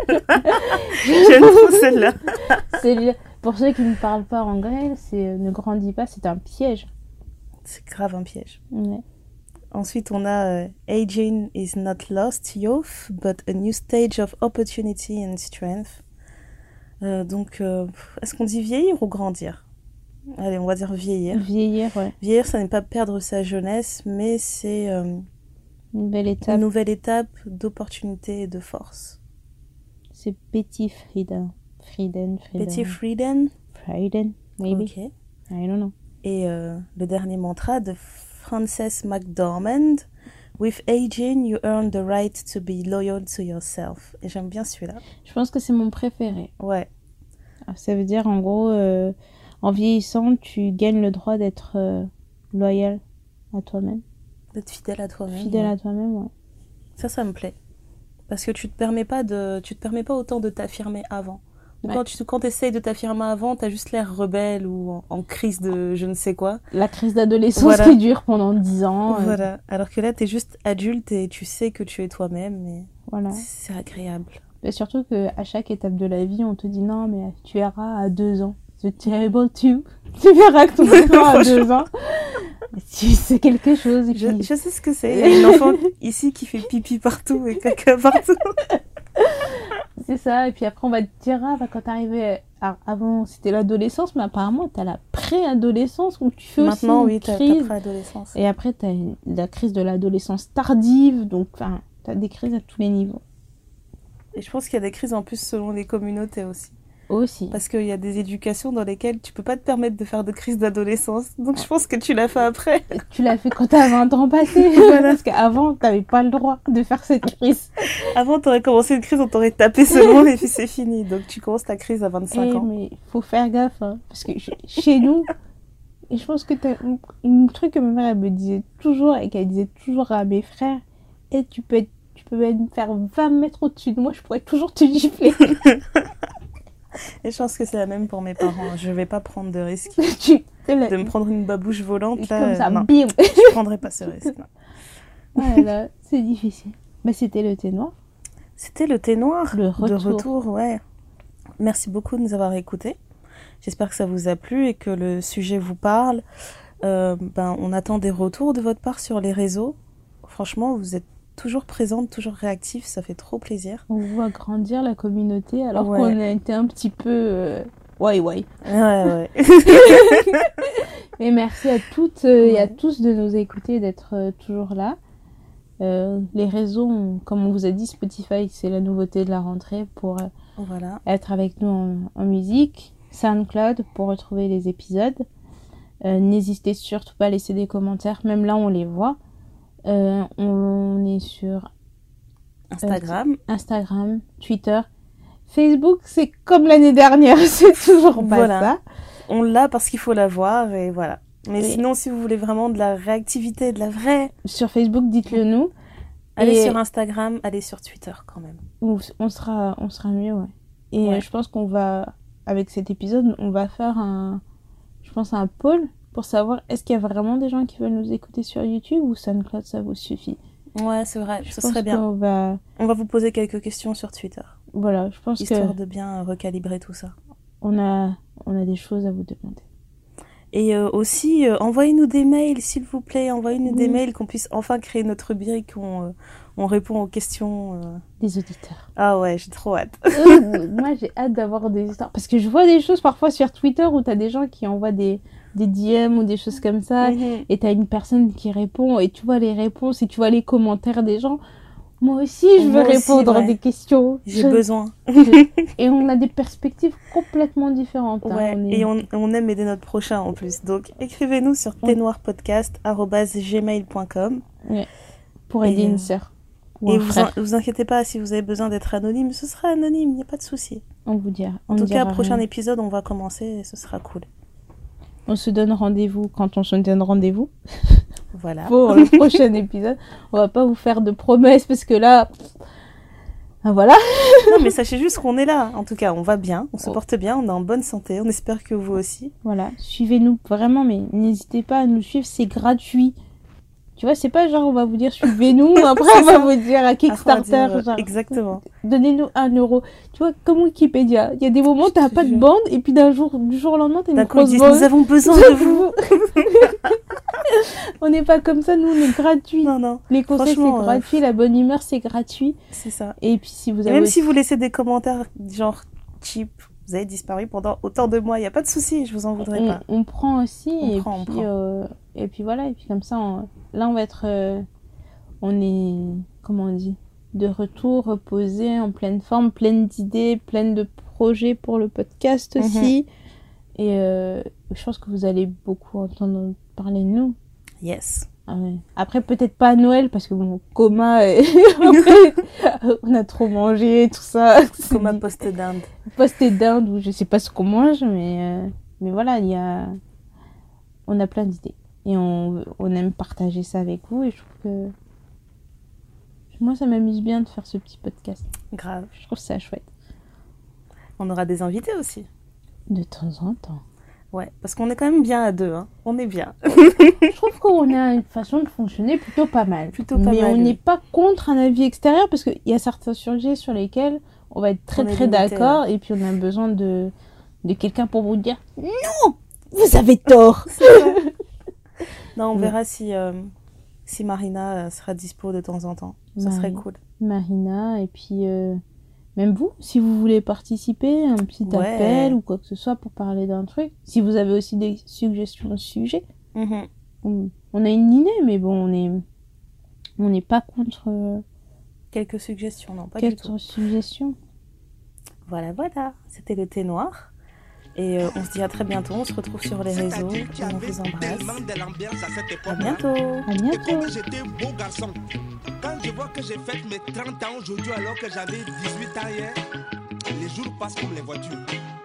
J'aime trop celle-là. Pour ceux qui ne parlent pas anglais, c'est ne grandis pas, c'est un piège. C'est grave un piège. Ouais. Ensuite, on a Aging is not lost youth, but a new stage of opportunity and strength. Donc, est-ce qu'on dit vieillir ou grandir? Allez, on va dire vieillir. Vieillir, ouais. Vieillir, ça n'est pas perdre sa jeunesse, mais c'est Une belle étape. une nouvelle étape d'opportunité et de force. C'est Petit Frieden. Petit Frieden. Maybe. Ok. I don't know. Et le dernier mantra de Frances McDormand. With aging, you earn the right to be loyal to yourself. Et j'aime bien celui-là. Je pense que c'est mon préféré. Ouais. Ça veut dire, en gros, en vieillissant, tu gagnes le droit d'être loyal à toi-même. D'être fidèle à toi-même. Fidèle à toi-même, ouais. Ça me plaît. Parce que tu te permets pas autant de t'affirmer avant. Ouais. Quand tu essayes de t'affirmer avant, t'as juste l'air rebelle ou en crise de je ne sais quoi. La crise d'adolescence Voilà. qui dure pendant 10 ans. Voilà. Alors que là, t'es juste adulte et tu sais que tu es toi-même. Et Voilà. c'est agréable. Et surtout qu'à chaque étape de la vie, on te dit non, mais tu verras à 2 ans. The terrible two. Tu verras que ton enfant à 2 ans. C'est quelque chose. Et puis... Je sais ce que c'est. Il y a une enfant ici qui fait pipi partout et caca partout. C'est ça. Et puis après, on va te dire, ah, bah, quand t'arrivais... Avant, c'était l'adolescence, mais apparemment, t'as la préadolescence où tu fais Maintenant, aussi oui, une t'as crise. préadolescence. Et après, t'as la crise de l'adolescence tardive. Donc, enfin, t'as des crises à tous les niveaux. Et je pense qu'il y a des crises en plus selon les communautés aussi. Aussi. Parce qu'il y a des éducations dans lesquelles tu peux pas te permettre de faire de crise d'adolescence. Donc je pense que tu l'as fait après. Tu l'as fait quand t'as 20 ans passés. Voilà. Parce qu'avant, t'avais pas le droit de faire cette crise. Avant, t'aurais commencé une crise, on t'aurait tapé seulement et puis c'est fini. Donc tu commences ta crise à 25 ans. Mais faut faire gaffe. Hein, parce que chez nous, et je pense que t'as un truc que ma mère elle me disait toujours et qu'elle disait toujours à mes frères, et tu peux même faire 20 mètres au-dessus de moi, je pourrais toujours te gifler. Et je pense que c'est la même pour mes parents. Je vais pas prendre de risque. De me prendre une babouche volante, là, comme ça, non. bim. Je prendrai pas ce risque. Non. Voilà, c'est difficile. Bah, c'était le thé noir. C'était le thé noir. Le de retour. retour, ouais. Merci beaucoup de nous avoir écoutés. J'espère que ça vous a plu et que le sujet vous parle. On attend des retours de votre part sur les réseaux. Franchement, vous êtes toujours présente, toujours réactive, ça fait trop plaisir. On voit grandir la communauté alors Ouais. qu'on a été un petit peu... Ouais. Ouais. Et merci à toutes et à tous de nous écouter, d'être toujours là. Les réseaux, comme on vous a dit, Spotify, c'est la nouveauté de la rentrée pour Voilà. être avec nous en musique. SoundCloud pour retrouver les épisodes. N'hésitez surtout pas à laisser des commentaires, même là on les voit. On est sur Instagram, Twitter. Facebook, c'est comme l'année dernière, c'est toujours pas Voilà. ça. On l'a parce qu'il faut l'avoir et voilà. Mais Oui. sinon, si vous voulez vraiment de la réactivité, de la vraie, Sur Facebook, dites-le nous. allez Et sur Instagram, allez sur Twitter quand même. on sera mieux, ouais. Et Ouais. je pense qu'on va, avec cet épisode, on va faire un poll pour savoir est-ce qu'il y a vraiment des gens qui veulent nous écouter sur YouTube ou SoundCloud, ça vous suffit. Ouais, c'est vrai, Je ce pense serait bien. qu'on va... On va vous poser quelques questions sur Twitter, Voilà, je pense histoire que de bien recalibrer tout ça. on a des choses à vous demander. Et aussi, envoyez-nous des mails, s'il vous plaît. Envoyez-nous des Oui. mails, qu'on puisse enfin créer notre rubrique où on répond aux questions. Des auditeurs. Ah ouais, j'ai trop hâte. Moi, j'ai hâte d'avoir des histoires. Parce que je vois des choses parfois sur Twitter où t'as des gens qui envoient des DM ou des choses comme ça. Mhm. Et t'as une personne qui répond. Et tu vois les réponses et tu vois les commentaires des gens. Moi aussi, je veux Moi aussi, répondre à ouais. des questions. J'ai besoin. Et on a des perspectives complètement différentes. Hein. Ouais, On est- et on aime aider notre prochain en plus. Donc, écrivez-nous sur tnoirpodcast@gmail.com. Pour aider et, une sœur. Ou Et un frère. vous inquiétez pas, si vous avez besoin d'être anonyme, ce sera anonyme, il n'y a pas de souci. On vous dira. En on tout dira cas, prochain rien. épisode, on va commencer et ce sera cool. On se donne rendez-vous quand on se donne rendez-vous. Voilà. Pour le prochain épisode. On va pas vous faire de promesses parce que là... Ah, voilà. Non, mais sachez juste qu'on est là. En tout cas, on va bien, on se Oh. porte bien, on est en bonne santé. On espère que vous aussi. Voilà. Suivez-nous vraiment, mais n'hésitez pas à nous suivre. C'est gratuit. Tu vois, c'est pas genre on va vous dire suivez-nous, après C'est on va ça. vous dire à Kickstarter, Après, on va dire, genre exactement. donnez-nous 1 euro. Tu vois, comme Wikipédia, il y a des moments où Je t'as te pas de jure. bande et puis du jour au lendemain t'as une D'un coup, ils grosse disent, bande. nous avons besoin de vous. On n'est pas comme ça, nous on est gratuit. Non, non, Les conseils c'est franchement, gratuit, la bonne humeur c'est gratuit. c'est ça. Et puis si vous Et avez même aussi... si vous laissez des commentaires genre cheap, vous avez disparu pendant autant de mois, il n'y a pas de souci, je vous en voudrais pas. on prend aussi On prend. et puis voilà, et puis comme ça là on va être on est comment on dit, de retour, reposé, en pleine forme, pleine d'idées, pleine de projets pour le podcast aussi. Et je pense que vous allez beaucoup entendre parler de nous. Yes. Ah ouais. Après peut-être pas à Noël parce que bon, coma on a trop mangé tout ça. Comme un poste d'Inde. Poste d'Inde ou je sais pas ce qu'on mange, mais voilà, on a plein d'idées et on aime partager ça avec vous et je trouve que moi ça m'amuse bien de faire ce petit podcast. Grave. Je trouve ça chouette. On aura des invités aussi. De temps en temps. Ouais, parce qu'on est quand même bien à deux, hein. On est bien. Je trouve qu'on a une façon de fonctionner plutôt pas mal. Mais on n'est pas contre un avis extérieur parce qu'il y a certains sujets sur lesquels on va être très très d'accord et puis on a besoin de quelqu'un pour vous dire non, vous avez tort. Non, on verra si Marina sera dispo de temps en temps. Ça serait cool. Marina et puis même vous, si vous voulez participer, un petit appel ou quoi que ce soit pour parler d'un truc. Si vous avez aussi des suggestions de sujets. On a une idée, mais bon, on n'est pas contre... quelques suggestions, non, pas du tout. Quelques suggestions. Voilà. C'était le thé noir. Et on se dit à très bientôt. On se retrouve sur les réseaux. Et on vous embrasse. À bientôt. À bientôt. J'étais beau garçon. Quand je vois que j'ai fait mes 30 ans aujourd'hui alors que j'avais 18 ans hier, les jours passent comme les voitures.